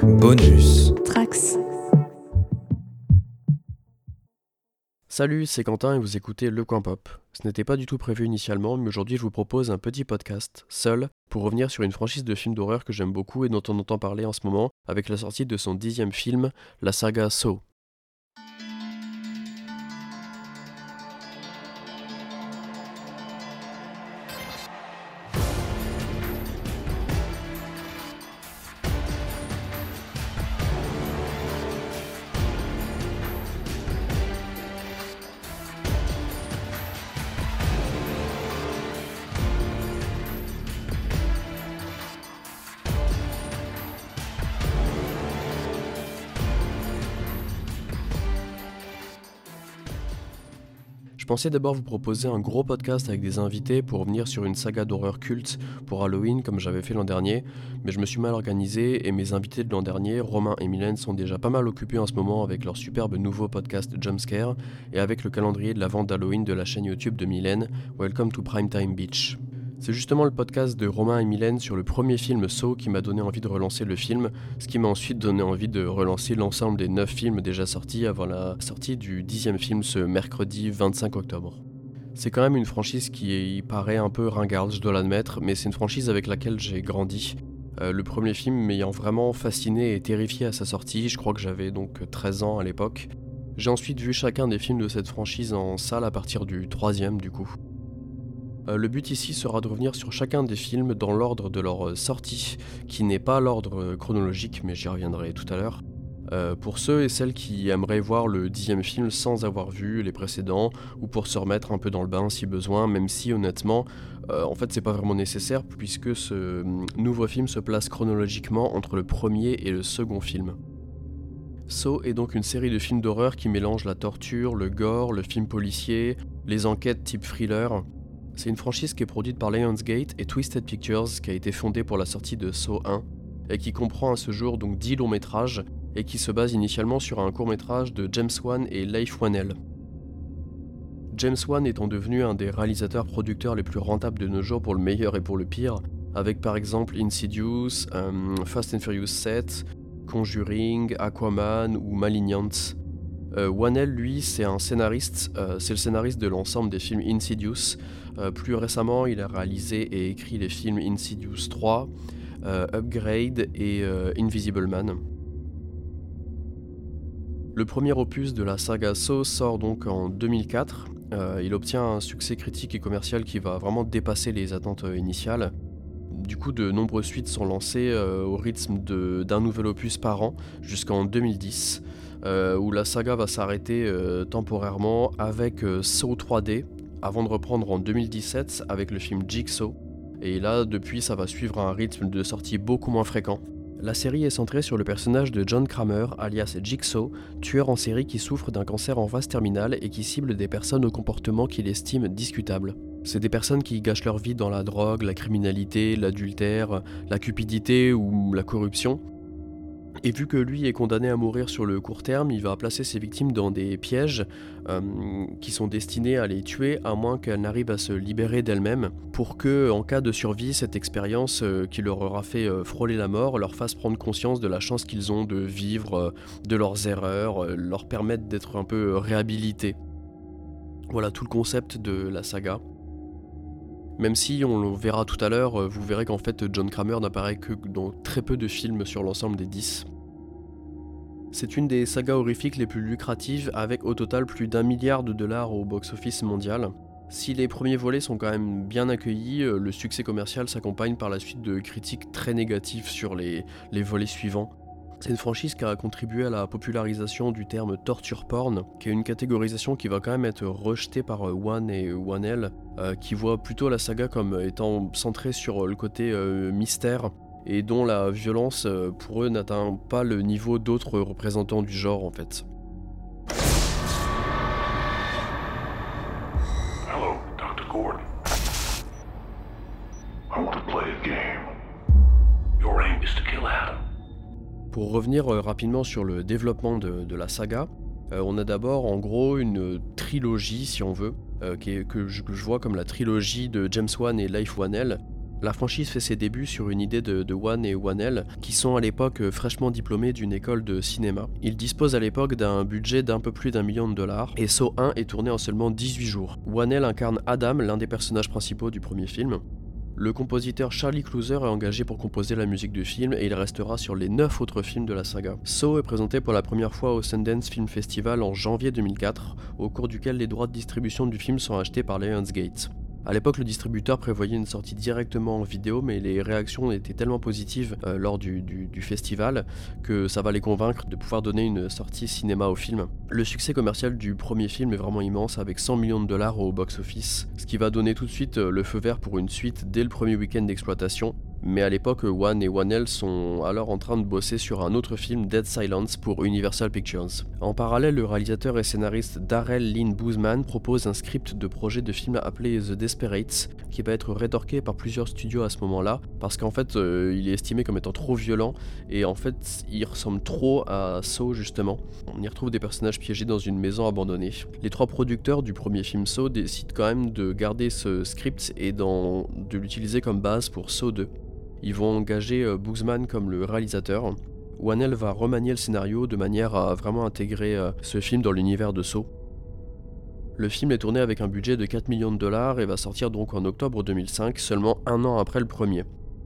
Bonus. Trax. Salut, c'est Quentin et vous écoutez Le Coin Pop. Ce n'était pas du tout prévu initialement, mais aujourd'hui je vous propose un petit podcast, seul, pour revenir sur une franchise de films d'horreur que j'aime beaucoup et dont on entend parler en ce moment, avec la sortie de son 10e film, la saga Saw. Je pensais d'abord vous proposer un gros podcast avec des invités pour revenir sur une saga d'horreur culte pour Halloween comme j'avais fait l'an dernier, mais je me suis mal organisé et mes invités de l'an dernier, Romain et Mylène, sont déjà pas mal occupés en ce moment avec leur superbe nouveau podcast Jumpscare et avec le calendrier de la vente d'Halloween de la chaîne YouTube de Mylène, Welcome to Primetime Beach. C'est justement le podcast de Romain et Mylène sur le premier film Saw qui m'a donné envie de relancer le film, ce qui m'a ensuite donné envie de relancer l'ensemble des 9 films déjà sortis avant la sortie du 10e film ce mercredi 25 octobre. C'est quand même une franchise qui paraît un peu ringarde, je dois l'admettre, mais c'est une franchise avec laquelle j'ai grandi. Le premier film m'ayant vraiment fasciné et terrifié à sa sortie, je crois que j'avais donc 13 ans à l'époque. J'ai ensuite vu chacun des films de cette franchise en salle à partir du 3e du coup. Le but ici sera de revenir sur chacun des films dans l'ordre de leur sortie, qui n'est pas l'ordre chronologique, mais j'y reviendrai tout à l'heure. Pour ceux et celles qui aimeraient voir le 10e film sans avoir vu les précédents, ou pour se remettre un peu dans le bain si besoin, même si honnêtement, en fait c'est pas vraiment nécessaire, puisque ce nouveau film se place chronologiquement entre le premier et le second film. Saw est donc une série de films d'horreur qui mélange la torture, le gore, le film policier, les enquêtes type thriller. C'est une franchise qui est produite par Lionsgate et Twisted Pictures, qui a été fondée pour la sortie de Saw 1, et qui comprend à ce jour donc 10 longs métrages, et qui se base initialement sur un court métrage de James Wan et Leigh Whannell. James Wan étant devenu un des réalisateurs producteurs les plus rentables de nos jours pour le meilleur et pour le pire, avec par exemple Insidious, Fast and Furious 7, Conjuring, Aquaman ou Malignant. Whannell, lui, c'est un scénariste, c'est le scénariste de l'ensemble des films Insidious. Plus récemment, il a réalisé et écrit les films Insidious 3, Upgrade et Invisible Man. Le premier opus de la saga Saw sort donc en 2004. Il obtient un succès critique et commercial qui va vraiment dépasser les attentes initiales. Du coup, de nombreuses suites sont lancées au rythme d'un nouvel opus par an jusqu'en 2010. Où la saga va s'arrêter temporairement avec Saw 3D, avant de reprendre en 2017 avec le film Jigsaw, et là depuis ça va suivre un rythme de sortie beaucoup moins fréquent. La série est centrée sur le personnage de John Kramer, alias Jigsaw, tueur en série qui souffre d'un cancer en phase terminale et qui cible des personnes au comportement qu'il estime discutable. C'est des personnes qui gâchent leur vie dans la drogue, la criminalité, l'adultère, la cupidité ou la corruption. Et vu que lui est condamné à mourir sur le court terme, il va placer ses victimes dans des pièges qui sont destinés à les tuer à moins qu'elles n'arrivent à se libérer d'elles-mêmes, pour que, en cas de survie, cette expérience qui leur aura fait frôler la mort leur fasse prendre conscience de la chance qu'ils ont de vivre, de leurs erreurs, leur permettre d'être un peu réhabilités. Voilà tout le concept de la saga. Même si, on le verra tout à l'heure, vous verrez qu'en fait John Kramer n'apparaît que dans très peu de films sur l'ensemble des 10. C'est une des sagas horrifiques les plus lucratives, avec au total plus d'1 milliard de dollars au box-office mondial. Si les premiers volets sont quand même bien accueillis, le succès commercial s'accompagne par la suite de critiques très négatives sur les volets suivants. C'est une franchise qui a contribué à la popularisation du terme torture porn, qui est une catégorisation qui va quand même être rejetée par Wan et Whannell, qui voient plutôt la saga comme étant centrée sur le côté mystère, et dont la violence pour eux n'atteint pas le niveau d'autres représentants du genre en fait. Hello, Dr. Gordon. I want to play a game. Your aim is to kill Adam. Pour revenir rapidement sur le développement de la saga, on a d'abord en gros une trilogie si on veut, que je vois comme la trilogie de James Wan et Leigh Whannell, La franchise fait ses débuts sur une idée de Wan et Wanel, qui sont à l'époque fraîchement diplômés d'une école de cinéma. Ils disposent à l'époque d'un budget d'un peu plus d'$1 million, et Saw 1 est tourné en seulement 18 jours. Wanel incarne Adam, l'un des personnages principaux du premier film. Le compositeur Charlie Clouser est engagé pour composer la musique du film et il restera sur les 9 autres films de la saga. Saw est présenté pour la première fois au Sundance Film Festival en janvier 2004, au cours duquel les droits de distribution du film sont achetés par Lionsgate. A l'époque, le distributeur prévoyait une sortie directement en vidéo, mais les réactions étaient tellement positives lors du festival que ça va les convaincre de pouvoir donner une sortie cinéma au film. Le succès commercial du premier film est vraiment immense, avec $100 millions au box-office, ce qui va donner tout de suite le feu vert pour une suite dès le premier week-end d'exploitation. Mais à l'époque, Wan et Wanel sont alors en train de bosser sur un autre film, Dead Silence, pour Universal Pictures. En parallèle, le réalisateur et scénariste Darrell Lynn Bousman propose un script de projet de film appelé The Desperates, qui va être rétorqué par plusieurs studios à ce moment-là, parce qu'en fait, il est estimé comme étant trop violent, et en fait, il ressemble trop à Saw justement. On y retrouve des personnages piégés dans une maison abandonnée. Les 3 producteurs du premier film Saw décident quand même de garder ce script et de l'utiliser comme base pour Saw 2. Ils vont engager Bousman comme le réalisateur. Wanel va remanier le scénario de manière à vraiment intégrer ce film dans l'univers de Saw. Le film est tourné avec un budget de $4 millions et va sortir donc en octobre 2005, seulement un an après le premier.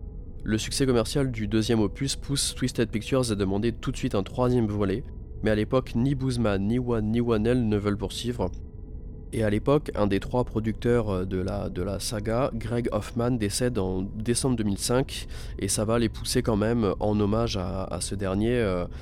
Le succès commercial du deuxième opus pousse Twisted Pictures à demander tout de suite un 3e volet, mais à l'époque ni Bousman, ni Wan, ni Wanel ne veulent poursuivre. Et à l'époque, un des 3 producteurs de la saga, Greg Hoffman, décède en décembre 2005, et ça va les pousser quand même, en hommage à ce dernier,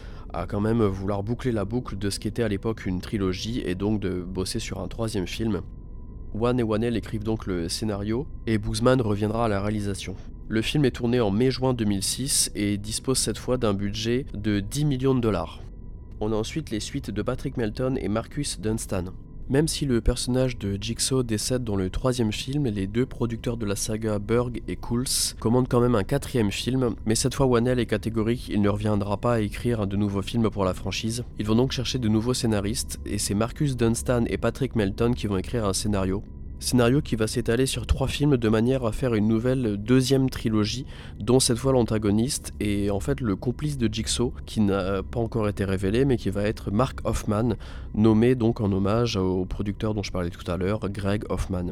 à quand même vouloir boucler la boucle de ce qu'était à l'époque une trilogie, et donc de bosser sur un 3e film. Wan et Wanel écrivent donc le scénario, et Bousman reviendra à la réalisation. Le film est tourné en mai-juin 2006, et dispose cette fois d'un budget de $10 millions. On a ensuite les suites de Patrick Melton et Marcus Dunstan. Même si le personnage de Jigsaw décède dans le 3e film, les 2 producteurs de la saga, Berg et Cools, commandent quand même un 4e film, mais cette fois Wanel est catégorique, il ne reviendra pas à écrire de nouveaux films pour la franchise. Ils vont donc chercher de nouveaux scénaristes, et c'est Marcus Dunstan et Patrick Melton qui vont écrire un scénario. Scénario qui va s'étaler sur 3 films de manière à faire une nouvelle 2e trilogie, dont cette fois l'antagoniste est en fait le complice de Jigsaw, qui n'a pas encore été révélé, mais qui va être Mark Hoffman, nommé donc en hommage au producteur dont je parlais tout à l'heure, Greg Hoffman.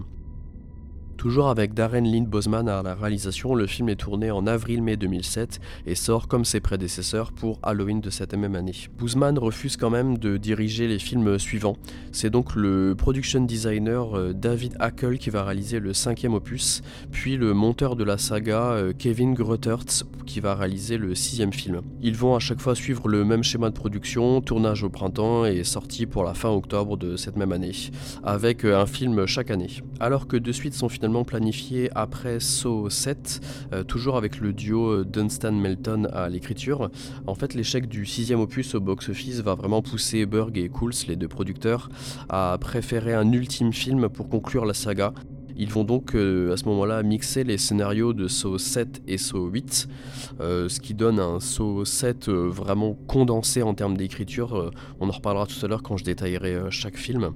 Toujours avec Darren Lynn Bousman à la réalisation, le film est tourné en avril-mai 2007 et sort comme ses prédécesseurs pour Halloween de cette même année. Bousman refuse quand même de diriger les films suivants. C'est donc le production designer David Hackel qui va réaliser le 5e opus, puis le monteur de la saga Kevin Gruthertz qui va réaliser le 6e film. Ils vont à chaque fois suivre le même schéma de production, tournage au printemps et sortie pour la fin octobre de cette même année, avec un film chaque année. Alors que 2 suites sont finalement planifié après Saw 7, toujours avec le duo Dunstan-Melton à l'écriture. En fait, l'échec du 6e opus au box-office va vraiment pousser Berg et Cools, les 2 producteurs, à préférer un ultime film pour conclure la saga. Ils vont donc à ce moment-là mixer les scénarios de Saw 7 et Saw 8, ce qui donne un Saw 7 vraiment condensé en termes d'écriture. On en reparlera tout à l'heure quand je détaillerai chaque film.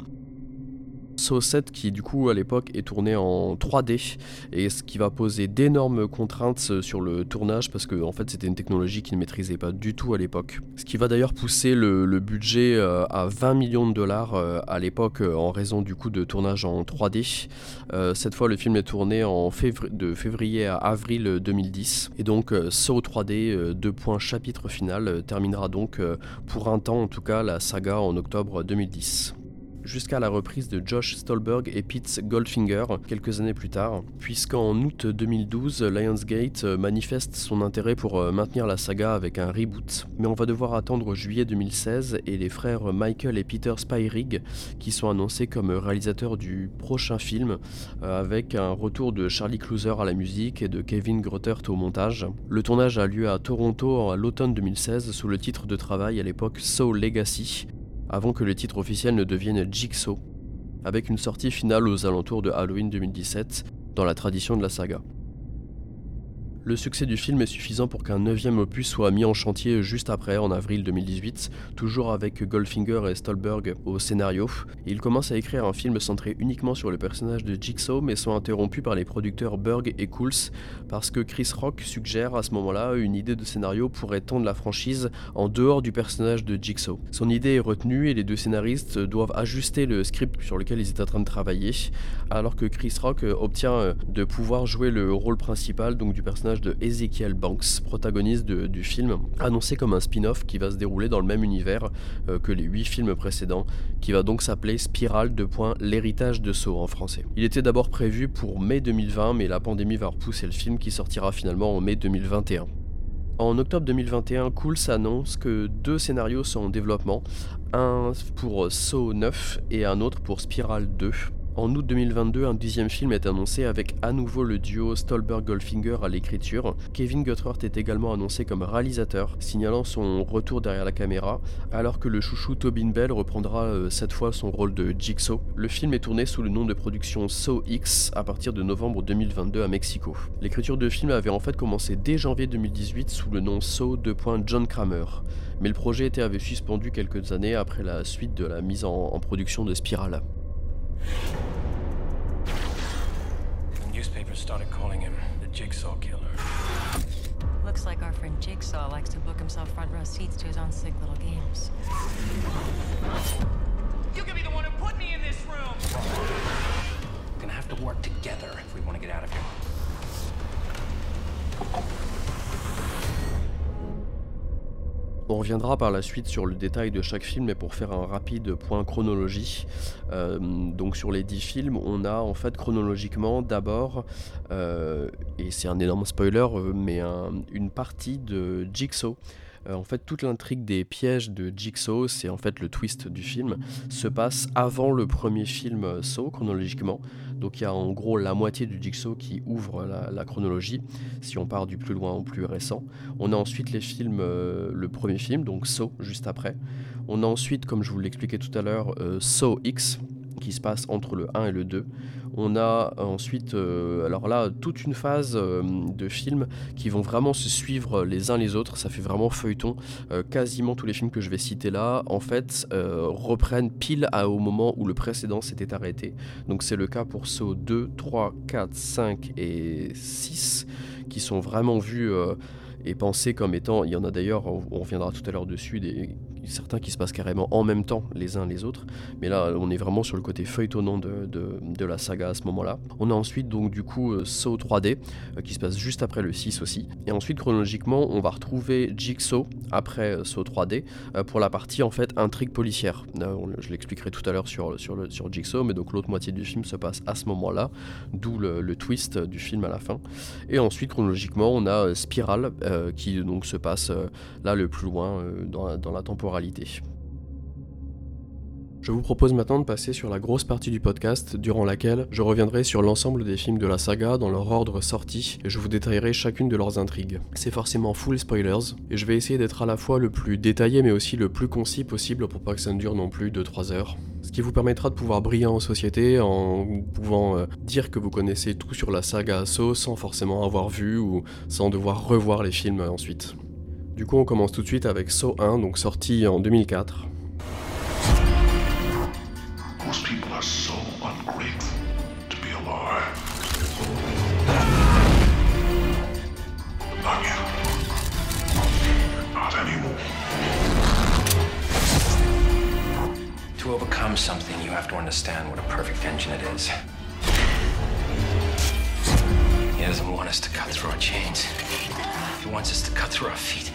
Saw 7 qui du coup à l'époque est tourné en 3D et ce qui va poser d'énormes contraintes sur le tournage parce que en fait c'était une technologie qu'ils ne maîtrisaient pas du tout à l'époque. Ce qui va d'ailleurs pousser le budget à $20 millions à l'époque en raison du coup de tournage en 3D. Cette fois le film est tourné de février à avril 2010 et donc Saw 3D chapitre final terminera donc pour un temps en tout cas la saga en octobre 2010. Jusqu'à la reprise de Josh Stolberg et Pete Goldfinger quelques années plus tard, puisqu'en août 2012, Lionsgate manifeste son intérêt pour maintenir la saga avec un reboot. Mais on va devoir attendre juillet 2016 et les frères Michael et Peter Spyrig, qui sont annoncés comme réalisateurs du prochain film, avec un retour de Charlie Clouser à la musique et de Kevin Gruthertz au montage. Le tournage a lieu à Toronto à l'automne 2016 sous le titre de travail à l'époque Saw Legacy, avant que le titre officiel ne devienne Jigsaw, avec une sortie finale aux alentours de Halloween 2017, dans la tradition de la saga. Le succès du film est suffisant pour qu'un 9e opus soit mis en chantier juste après, en avril 2018, toujours avec Goldfinger et Stolberg au scénario. Ils commencent à écrire un film centré uniquement sur le personnage de Jigsaw, mais sont interrompus par les producteurs Berg et Cools, parce que Chris Rock suggère à ce moment-là une idée de scénario pour étendre la franchise en dehors du personnage de Jigsaw. Son idée est retenue et les deux scénaristes doivent ajuster le script sur lequel ils étaient en train de travailler, alors que Chris Rock obtient de pouvoir jouer le rôle principal, donc du personnage de Ezekiel Banks, protagoniste du film, annoncé comme un spin-off qui va se dérouler dans le même univers que les 8 films précédents, qui va donc s'appeler Spiral : l'héritage de Saw en français. Il était d'abord prévu pour mai 2020, mais la pandémie va repousser le film qui sortira finalement en mai 2021. En octobre 2021, Cools annonce que 2 scénarios sont en développement, un pour Saw 9 et un autre pour Spiral 2. En août 2022, un 10e film est annoncé avec à nouveau le duo Stolberg-Goldfinger à l'écriture. Kevin Guthert est également annoncé comme réalisateur, signalant son retour derrière la caméra, alors que le chouchou Tobin Bell reprendra cette fois son rôle de Jigsaw. Le film est tourné sous le nom de production Saw X à partir de novembre 2022 à Mexico. L'écriture de film avait en fait commencé dès janvier 2018 sous le nom Saw : John Kramer, mais le projet avait suspendu quelques années après la suite de la mise en production de Spiral. The newspapers started calling him the Jigsaw Killer. Looks like our friend Jigsaw likes to book himself front row seats to his own sick little games. You could be the one who put me in this room! We're gonna have to work together if we want to get out of here. On reviendra par la suite sur le détail de chaque film, mais pour faire un rapide point chronologie, donc sur les 10 films, on a en fait chronologiquement d'abord, et c'est un énorme spoiler, mais une partie de Jigsaw. En fait, toute l'intrigue des pièges de Jigsaw, c'est en fait le twist du film, se passe avant le premier film Saw, chronologiquement. Donc il y a en gros la moitié du Jigsaw qui ouvre la chronologie, si on part du plus loin au plus récent. On a ensuite les films, le premier film, donc Saw, juste après. On a ensuite, comme je vous l'expliquais tout à l'heure, Saw X, qui se passe entre le 1 et le 2. On a ensuite, alors là, toute une phase de films qui vont vraiment se suivre les uns les autres. Ça fait vraiment feuilleton. Quasiment tous les films que je vais citer là, en fait, reprennent pile au moment où le précédent s'était arrêté. Donc c'est le cas pour Saw 2, 3, 4, 5 et 6, qui sont vraiment vus et pensés comme étant, il y en a d'ailleurs, on reviendra tout à l'heure dessus, certains qui se passent carrément en même temps les uns les autres, mais là on est vraiment sur le côté feuilletonnant de la saga à ce moment-là. On a ensuite donc du coup Saw 3D qui se passe juste après le 6 aussi, et ensuite chronologiquement on va retrouver Jigsaw après Saw 3D pour la partie en fait intrigue policière. Je l'expliquerai tout à l'heure sur Jigsaw, mais donc l'autre moitié du film se passe à ce moment-là, d'où le twist du film à la fin. Et ensuite chronologiquement on a Spiral qui donc se passe là le plus loin dans la temporalité. Je vous propose maintenant de passer sur la grosse partie du podcast, durant laquelle je reviendrai sur l'ensemble des films de la saga dans leur ordre sorti, et je vous détaillerai chacune de leurs intrigues. C'est forcément full spoilers, et je vais essayer d'être à la fois le plus détaillé mais aussi le plus concis possible pour pas que ça ne dure non plus 2-3 heures. Ce qui vous permettra de pouvoir briller en société en pouvant dire que vous connaissez tout sur la saga Saw sans forcément avoir vu ou sans devoir revoir les films ensuite. Du coup on commence tout de suite avec Saw 1, donc sorti en 2004. Most people are so ungrateful to be alive. Not you. Not anymore. To overcome something, you have to understand what a perfect engine it is. He doesn't want us to cut through our chains. He wants us to cut through our feet.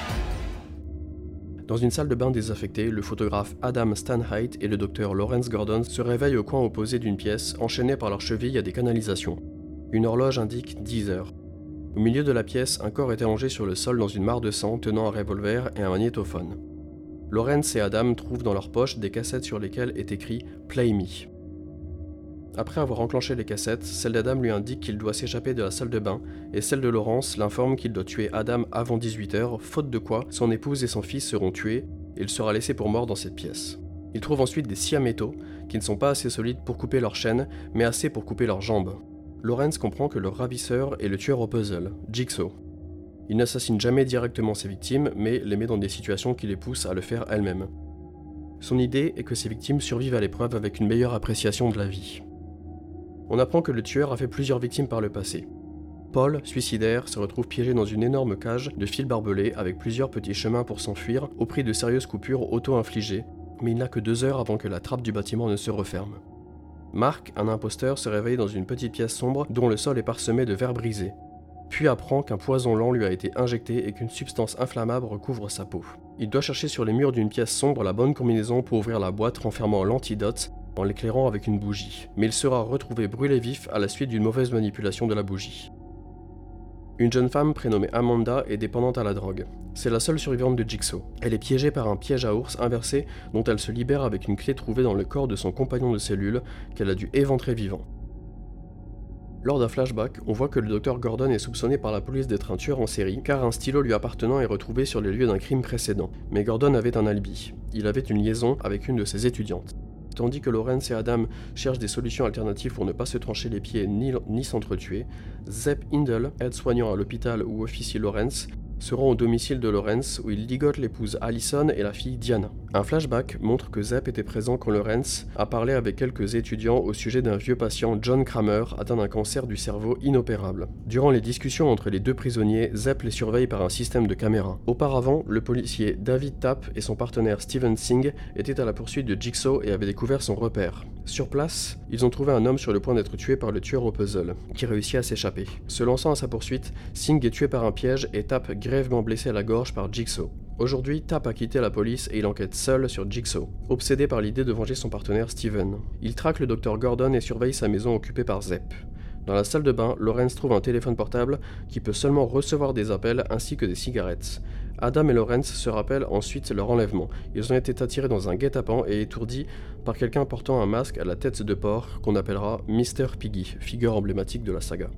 Dans une salle de bain désaffectée, le photographe Adam Stanheight et le docteur Lawrence Gordon se réveillent au coin opposé d'une pièce, enchaînés par leurs chevilles à des canalisations. Une horloge indique 10 heures. Au milieu de la pièce, un corps est allongé sur le sol dans une mare de sang tenant un revolver et un magnétophone. Lawrence et Adam trouvent dans leur poche des cassettes sur lesquelles est écrit « Play Me ». Après avoir enclenché les cassettes, celle d'Adam lui indique qu'il doit s'échapper de la salle de bain, et celle de Lawrence l'informe qu'il doit tuer Adam avant 18h, faute de quoi son épouse et son fils seront tués, et il sera laissé pour mort dans cette pièce. Il trouve ensuite des scies à métaux, qui ne sont pas assez solides pour couper leurs chaînes, mais assez pour couper leurs jambes. Lawrence comprend que le ravisseur est le tueur au puzzle, Jigsaw. Il n'assassine jamais directement ses victimes, mais les met dans des situations qui les poussent à le faire elles-mêmes. Son idée est que ses victimes survivent à l'épreuve avec une meilleure appréciation de la vie. On apprend que le tueur a fait plusieurs victimes par le passé. Paul, suicidaire, se retrouve piégé dans une énorme cage de fils barbelés avec plusieurs petits chemins pour s'enfuir, au prix de sérieuses coupures auto-infligées, mais il n'a que 2 heures avant que la trappe du bâtiment ne se referme. Mark, un imposteur, se réveille dans une petite pièce sombre dont le sol est parsemé de verres brisés, puis apprend qu'un poison lent lui a été injecté et qu'une substance inflammable recouvre sa peau. Il doit chercher sur les murs d'une pièce sombre la bonne combinaison pour ouvrir la boîte renfermant l'antidote en l'éclairant avec une bougie, mais il sera retrouvé brûlé vif à la suite d'une mauvaise manipulation de la bougie. Une jeune femme prénommée Amanda est dépendante à la drogue. C'est la seule survivante de Jigsaw. Elle est piégée par un piège à ours inversé dont elle se libère avec une clé trouvée dans le corps de son compagnon de cellule qu'elle a dû éventrer vivant. Lors d'un flashback, on voit que le Dr Gordon est soupçonné par la police d'être un tueur en série car un stylo lui appartenant est retrouvé sur les lieux d'un crime précédent. Mais Gordon avait un alibi. Il avait une liaison avec une de ses étudiantes. Tandis que Lawrence et Adam cherchent des solutions alternatives pour ne pas se trancher les pieds ni s'entretuer, Zepp Hindle, aide-soignant à l'hôpital où officie Lawrence, se rend au domicile de Lawrence où il ligote l'épouse Allison et la fille Diana. Un flashback montre que Zepp était présent quand Lawrence a parlé avec quelques étudiants au sujet d'un vieux patient, John Kramer, atteint d'un cancer du cerveau inopérable. Durant les discussions entre les 2 prisonniers, Zepp les surveille par un système de caméra. Auparavant, le policier David Tapp et son partenaire Steven Singh étaient à la poursuite de Jigsaw et avaient découvert son repère. Sur place, ils ont trouvé un homme sur le point d'être tué par le tueur au puzzle, qui réussit à s'échapper. Se lançant à sa poursuite, Singh est tué par un piège et Tapp grièvement blessé à la gorge par Jigsaw. Aujourd'hui, Tapp a quitté la police et il enquête seul sur Jigsaw, obsédé par l'idée de venger son partenaire Steven. Il traque le Dr Gordon et surveille sa maison occupée par Zepp. Dans la salle de bain, Lawrence trouve un téléphone portable qui peut seulement recevoir des appels ainsi que des cigarettes. Adam et Lawrence se rappellent ensuite leur enlèvement. Ils ont été attirés dans un guet-apens et étourdis par quelqu'un portant un masque à la tête de porc qu'on appellera Mr. Piggy, figure emblématique de la saga.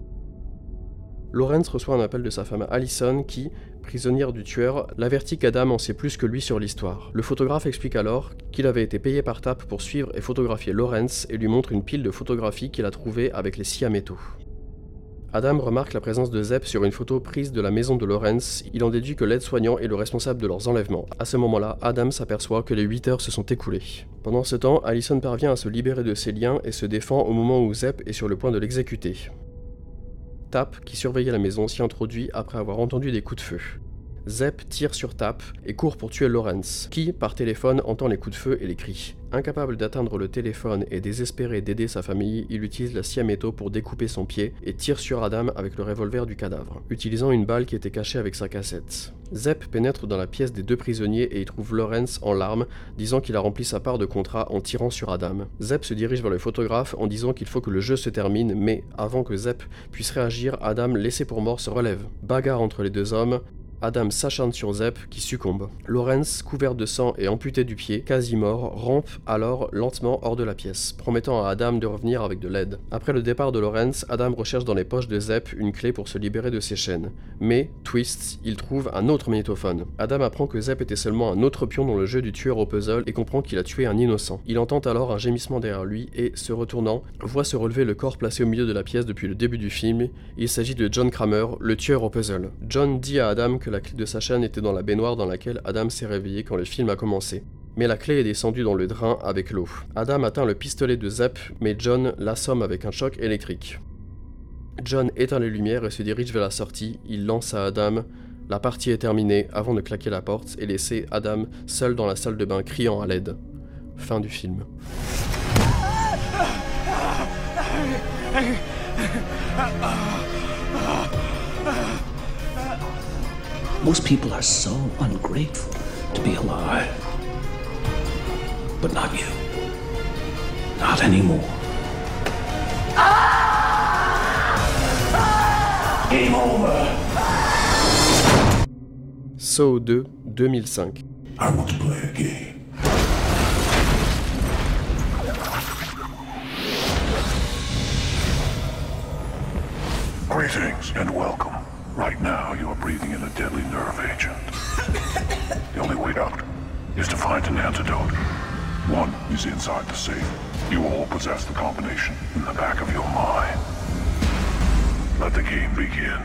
Lawrence reçoit un appel de sa femme Allison qui, prisonnière du tueur, l'avertit qu'Adam en sait plus que lui sur l'histoire. Le photographe explique alors qu'il avait été payé par Tapp pour suivre et photographier Lawrence et lui montre une pile de photographies qu'il a trouvées avec les scies à métaux. Adam remarque la présence de Zepp sur une photo prise de la maison de Lawrence, il en déduit que l'aide-soignant est le responsable de leurs enlèvements. À ce moment-là, Adam s'aperçoit que les 8 heures se sont écoulées. Pendant ce temps, Allison parvient à se libérer de ses liens et se défend au moment où Zepp est sur le point de l'exécuter. Tapp, qui surveillait la maison, s'y introduit après avoir entendu des coups de feu. Zepp tire sur Tapp et court pour tuer Lawrence, qui, par téléphone, entend les coups de feu et les cris. Incapable d'atteindre le téléphone et désespéré d'aider sa famille, il utilise la scie à métaux pour découper son pied et tire sur Adam avec le revolver du cadavre, utilisant une balle qui était cachée avec sa cassette. Zepp pénètre dans la pièce des 2 prisonniers et y trouve Lawrence en larmes, disant qu'il a rempli sa part de contrat en tirant sur Adam. Zepp se dirige vers le photographe en disant qu'il faut que le jeu se termine, mais avant que Zepp puisse réagir, Adam, laissé pour mort, se relève. Bagarre entre les 2 hommes. Adam s'acharne sur Zepp, qui succombe. Lawrence, couvert de sang et amputé du pied, quasi mort, rampe alors lentement hors de la pièce, promettant à Adam de revenir avec de l'aide. Après le départ de Lawrence, Adam recherche dans les poches de Zepp une clé pour se libérer de ses chaînes. Mais, twist, il trouve un autre magnétophone. Adam apprend que Zepp était seulement un autre pion dans le jeu du tueur au puzzle et comprend qu'il a tué un innocent. Il entend alors un gémissement derrière lui et, se retournant, voit se relever le corps placé au milieu de la pièce depuis le début du film. Il s'agit de John Kramer, le tueur au puzzle. John dit à Adam que la clé de sa chaîne était dans la baignoire dans laquelle Adam s'est réveillé quand le film a commencé. Mais la clé est descendue dans le drain avec l'eau. Adam atteint le pistolet de Zepp, mais John l'assomme avec un choc électrique. John éteint les lumières et se dirige vers la sortie. Il lance à Adam « La partie est terminée » avant de claquer la porte et laisser Adam seul dans la salle de bain criant à l'aide. Fin du film. Most people are so ungrateful to be alive. But not you. Not anymore. Game over. Saw 2, 2005. I want to play a game. Greetings and welcome. Right now, you are breathing in a deadly nerve agent. The only way out is to find an antidote. One is inside the safe. You all possess the combination in the back of your mind. Let the game begin.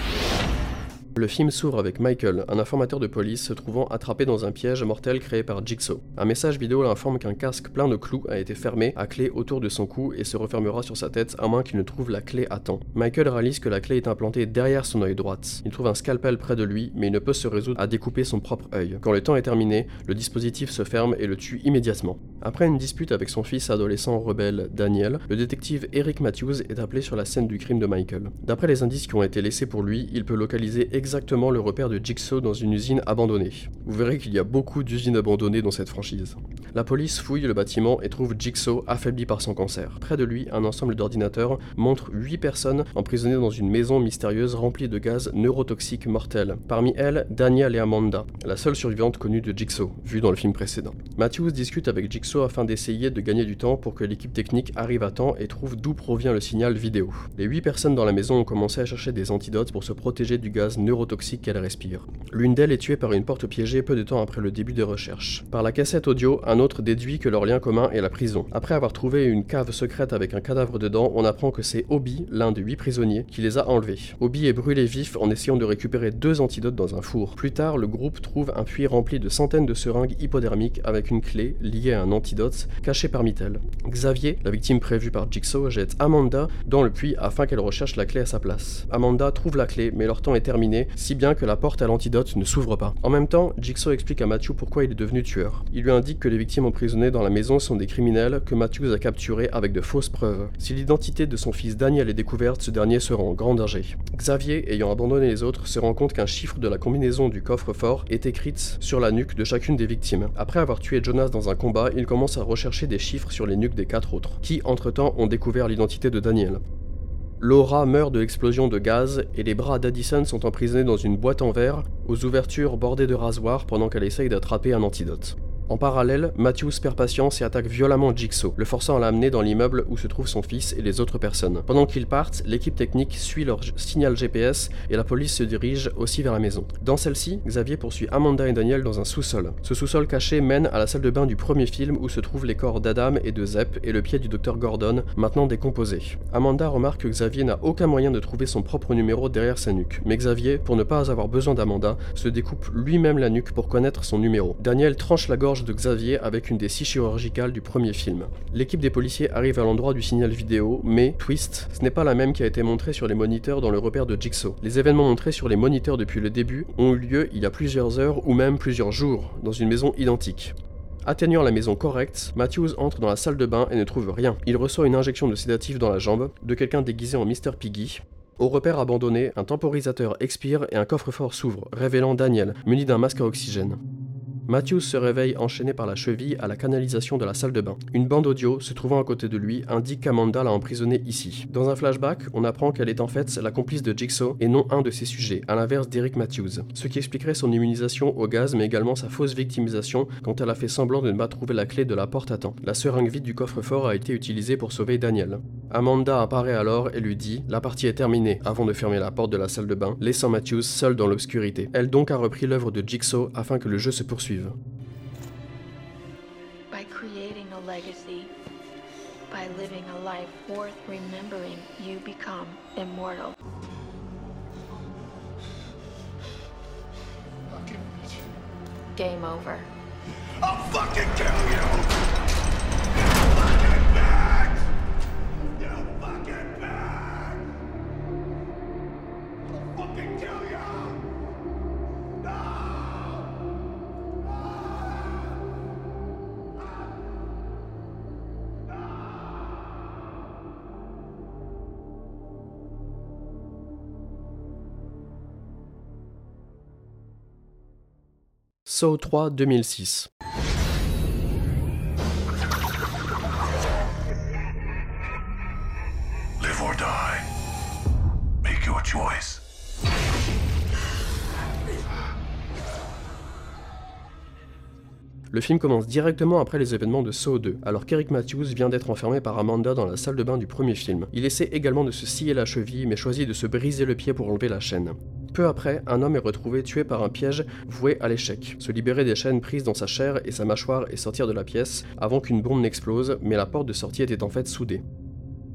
Le film s'ouvre avec Michael, un informateur de police se trouvant attrapé dans un piège mortel créé par Jigsaw. Un message vidéo l'informe qu'un casque plein de clous a été fermé à clé autour de son cou et se refermera sur sa tête à moins qu'il ne trouve la clé à temps. Michael réalise que la clé est implantée derrière son œil droit. Il trouve un scalpel près de lui, mais il ne peut se résoudre à découper son propre œil. Quand le temps est terminé, le dispositif se ferme et le tue immédiatement. Après une dispute avec son fils adolescent rebelle Daniel, le détective Eric Matthews est appelé sur la scène du crime de Michael. D'après les indices qui ont été laissés pour lui, il peut localiser exactement le repère de Jigsaw dans une usine abandonnée. Vous verrez qu'il y a beaucoup d'usines abandonnées dans cette franchise. La police fouille le bâtiment et trouve Jigsaw affaibli par son cancer. Près de lui, un ensemble d'ordinateurs montre 8 personnes emprisonnées dans une maison mystérieuse remplie de gaz neurotoxiques mortels. Parmi elles, Daniel et Amanda, la seule survivante connue de Jigsaw, vue dans le film précédent. Matthews discute avec Jigsaw afin d'essayer de gagner du temps pour que l'équipe technique arrive à temps et trouve d'où provient le signal vidéo. Les 8 personnes dans la maison ont commencé à chercher des antidotes pour se protéger du gaz neurotoxique qu'elles respirent. L'une d'elles est tuée par une porte piégée peu de temps après le début des recherches. Par la cassette audio, un autre déduit que leur lien commun est la prison. Après avoir trouvé une cave secrète avec un cadavre dedans, on apprend que c'est Obi, l'un des 8 prisonniers, qui les a enlevés. Obi est brûlé vif en essayant de récupérer 2 antidotes dans un four. Plus tard, le groupe trouve un puits rempli de centaines de seringues hypodermiques avec une clé liée à un antidote cachée parmi elles. Xavier, la victime prévue par Jigsaw, jette Amanda dans le puits afin qu'elle recherche la clé à sa place. Amanda trouve la clé, mais leur temps est terminé, si bien que la porte à l'antidote ne s'ouvre pas. En même temps, Jigsaw explique à Matthew pourquoi il est devenu tueur. Il lui indique que les victimes emprisonnées dans la maison sont des criminels que Matthews a capturés avec de fausses preuves. Si l'identité de son fils Daniel est découverte, ce dernier sera en grand danger. Xavier, ayant abandonné les autres, se rend compte qu'un chiffre de la combinaison du coffre-fort est écrite sur la nuque de chacune des victimes. Après avoir tué Jonas dans un combat, il commence à rechercher des chiffres sur les nuques des 4 autres, qui entre-temps ont découvert l'identité de Daniel. Laura meurt de l'explosion de gaz et les bras d'Addison sont emprisonnés dans une boîte en verre aux ouvertures bordées de rasoirs pendant qu'elle essaye d'attraper un antidote. En parallèle, Matthews perd patience et attaque violemment Jigsaw, le forçant à l'amener dans l'immeuble où se trouvent son fils et les autres personnes. Pendant qu'ils partent, l'équipe technique suit leur signal GPS et la police se dirige aussi vers la maison. Dans celle-ci, Xavier poursuit Amanda et Daniel dans un sous-sol. Ce sous-sol caché mène à la salle de bain du premier film où se trouvent les corps d'Adam et de Zep et le pied du docteur Gordon, maintenant décomposé. Amanda remarque que Xavier n'a aucun moyen de trouver son propre numéro derrière sa nuque, mais Xavier, pour ne pas avoir besoin d'Amanda, se découpe lui-même la nuque pour connaître son numéro. Daniel tranche la gorge de Xavier avec une des scies chirurgicales du premier film. L'équipe des policiers arrive à l'endroit du signal vidéo, mais, twist, ce n'est pas la même qui a été montrée sur les moniteurs dans le repère de Jigsaw. Les événements montrés sur les moniteurs depuis le début ont eu lieu il y a plusieurs heures ou même plusieurs jours, dans une maison identique. Atteignant la maison correcte, Matthews entre dans la salle de bain et ne trouve rien. Il reçoit une injection de sédatif dans la jambe de quelqu'un déguisé en Mr. Piggy. Au repère abandonné, un temporisateur expire et un coffre-fort s'ouvre, révélant Daniel, muni d'un masque à oxygène. Matthews se réveille enchaîné par la cheville à la canalisation de la salle de bain. Une bande audio, se trouvant à côté de lui, indique qu'Amanda l'a emprisonné ici. Dans un flashback, on apprend qu'elle est en fait la complice de Jigsaw et non un de ses sujets, à l'inverse d'Eric Matthews. Ce qui expliquerait son immunisation au gaz, mais également sa fausse victimisation quand elle a fait semblant de ne pas trouver la clé de la porte à temps. La seringue vide du coffre-fort a été utilisée pour sauver Daniel. Amanda apparaît alors et lui dit « La partie est terminée » avant de fermer la porte de la salle de bain, laissant Matthews seul dans l'obscurité. Elle donc a repris l'œuvre de Jigsaw afin que le jeu se poursuive. By creating a legacy, by living a life worth remembering, you become immortal. Game over. I'll fucking kill you! Fucking bitch! You fucking bitch! I'll fucking kill you! No! Saw 3 2006. Live or die. Make your choice. Le film commence directement après les événements de Saw 2, alors qu'Eric Matthews vient d'être enfermé par Amanda dans la salle de bain du premier film. Il essaie également de se scier la cheville, mais choisit de se briser le pied pour enlever la chaîne. Peu après, un homme est retrouvé tué par un piège voué à l'échec. Se libérer des chaînes prises dans sa chair et sa mâchoire et sortir de la pièce avant qu'une bombe n'explose, mais la porte de sortie était en fait soudée.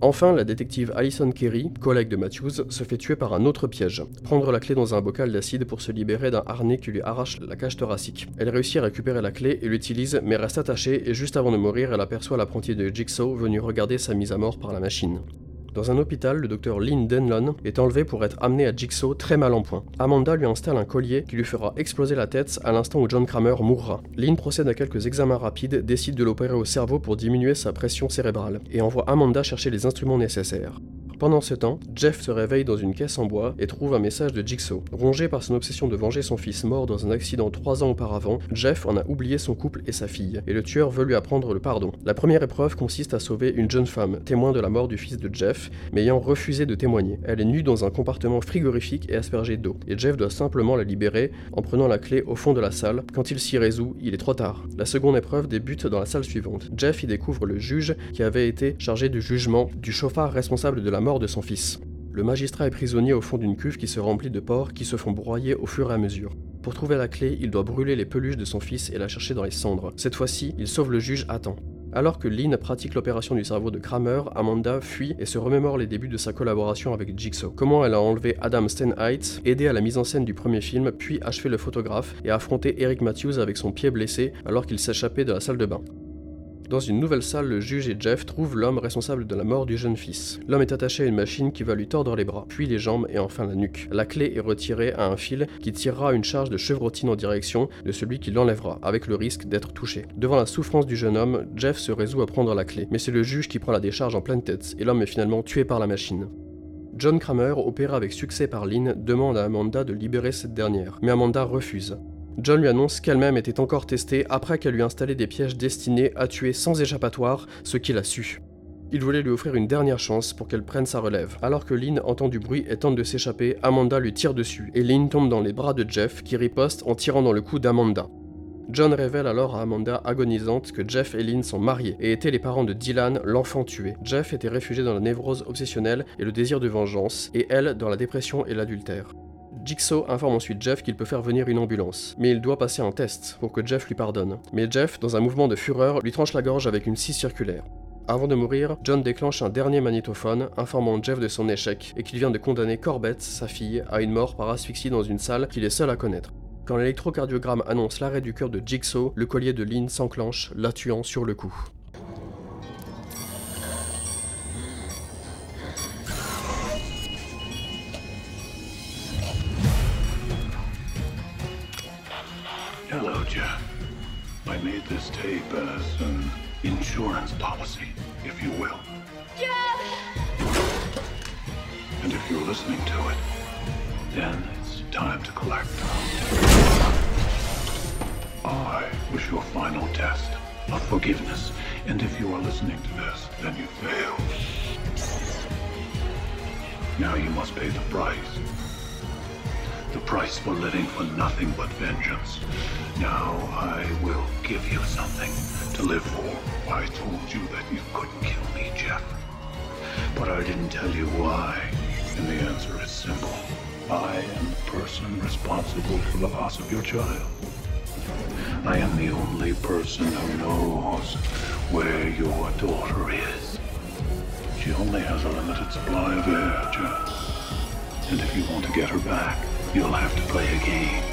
Enfin, la détective Alison Kerry, collègue de Matthews, se fait tuer par un autre piège. Prendre la clé dans un bocal d'acide pour se libérer d'un harnais qui lui arrache la cage thoracique. Elle réussit à récupérer la clé et l'utilise, mais reste attachée et juste avant de mourir, elle aperçoit l'apprenti de Jigsaw venu regarder sa mise à mort par la machine. Dans un hôpital, le docteur Lynn Denlon est enlevé pour être amené à Jigsaw très mal en point. Amanda lui installe un collier qui lui fera exploser la tête à l'instant où John Kramer mourra. Lynn procède à quelques examens rapides, décide de l'opérer au cerveau pour diminuer sa pression cérébrale, et envoie Amanda chercher les instruments nécessaires. Pendant ce temps, Jeff se réveille dans une caisse en bois et trouve un message de Jigsaw. Rongé par son obsession de venger son fils mort dans un accident 3 ans auparavant, Jeff en a oublié son couple et sa fille, et le tueur veut lui apprendre le pardon. La première épreuve consiste à sauver une jeune femme, témoin de la mort du fils de Jeff, mais ayant refusé de témoigner. Elle est nue dans un compartiment frigorifique et aspergée d'eau, et Jeff doit simplement la libérer en prenant la clé au fond de la salle. Quand il s'y résout, il est trop tard. La seconde épreuve débute dans la salle suivante. Jeff y découvre le juge qui avait été chargé du jugement du chauffard responsable de la mort de son fils. Le magistrat est prisonnier au fond d'une cuve qui se remplit de porcs qui se font broyer au fur et à mesure. Pour trouver la clé, il doit brûler les peluches de son fils et la chercher dans les cendres. Cette fois-ci, il sauve le juge à temps. Alors que Lynn pratique l'opération du cerveau de Kramer, Amanda fuit et se remémore les débuts de sa collaboration avec Jigsaw. Comment elle a enlevé Adam Stenheit, aidé à la mise en scène du premier film, puis achevé le photographe et affronté Eric Matthews avec son pied blessé alors qu'il s'échappait de la salle de bain. Dans une nouvelle salle, le juge et Jeff trouvent l'homme responsable de la mort du jeune fils. L'homme est attaché à une machine qui va lui tordre les bras, puis les jambes et enfin la nuque. La clé est retirée à un fil qui tirera une charge de chevrotine en direction de celui qui l'enlèvera, avec le risque d'être touché. Devant la souffrance du jeune homme, Jeff se résout à prendre la clé, mais c'est le juge qui prend la décharge en pleine tête, et l'homme est finalement tué par la machine. John Kramer, opéré avec succès par Lynn, demande à Amanda de libérer cette dernière, mais Amanda refuse. John lui annonce qu'elle-même était encore testée après qu'elle lui installait des pièges destinés à tuer sans échappatoire ce qu'il a su. Il voulait lui offrir une dernière chance pour qu'elle prenne sa relève. Alors que Lynn entend du bruit et tente de s'échapper, Amanda lui tire dessus, et Lynn tombe dans les bras de Jeff qui riposte en tirant dans le cou d'Amanda. John révèle alors à Amanda agonisante que Jeff et Lynn sont mariés et étaient les parents de Dylan, l'enfant tué. Jeff était réfugié dans la névrose obsessionnelle et le désir de vengeance, et elle dans la dépression et l'adultère. Jigsaw informe ensuite Jeff qu'il peut faire venir une ambulance, mais il doit passer un test pour que Jeff lui pardonne. Mais Jeff, dans un mouvement de fureur, lui tranche la gorge avec une scie circulaire. Avant de mourir, John déclenche un dernier magnétophone, informant Jeff de son échec et qu'il vient de condamner Corbett, sa fille, à une mort par asphyxie dans une salle qu'il est seul à connaître. Quand l'électrocardiogramme annonce l'arrêt du cœur de Jigsaw, le collier de Lynn s'enclenche, la tuant sur le coup. Hello, Jeff. I made this tape as an insurance policy, if you will. Jeff! And if you're listening to it, then it's time to collect. I was your final test of forgiveness, and if you are listening to this, then you failed. Now you must pay the price. The price for living for nothing but vengeance. Now I will give you something to live for. I told you that you couldn't kill me, Jeff. But I didn't tell you why. And the answer is simple. I am the person responsible for the loss of your child. I am the only person who knows where your daughter is. She only has a limited supply of air, Jeff. And if you want to get her back, you'll have to play a game.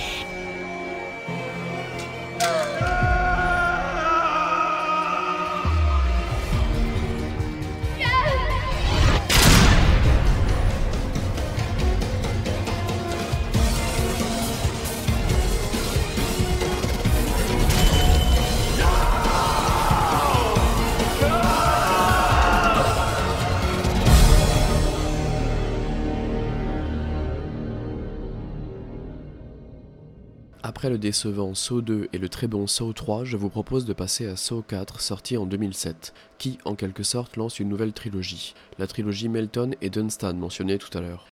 Après le décevant Saw 2 et le très bon Saw 3, je vous propose de passer à Saw 4, sorti en 2007, qui, en quelque sorte, lance une nouvelle trilogie, la trilogie Melton et Dunstan mentionnée tout à l'heure.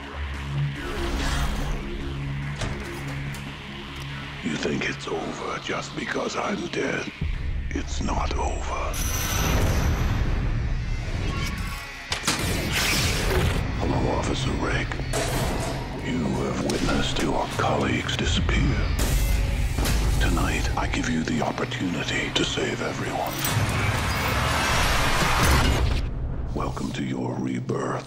You think it's over just because I'm dead? It's not over. Hello, Officer Rick. You have witnessed your colleagues disappear. Tonight, I give you the opportunity to save everyone. Welcome to your rebirth.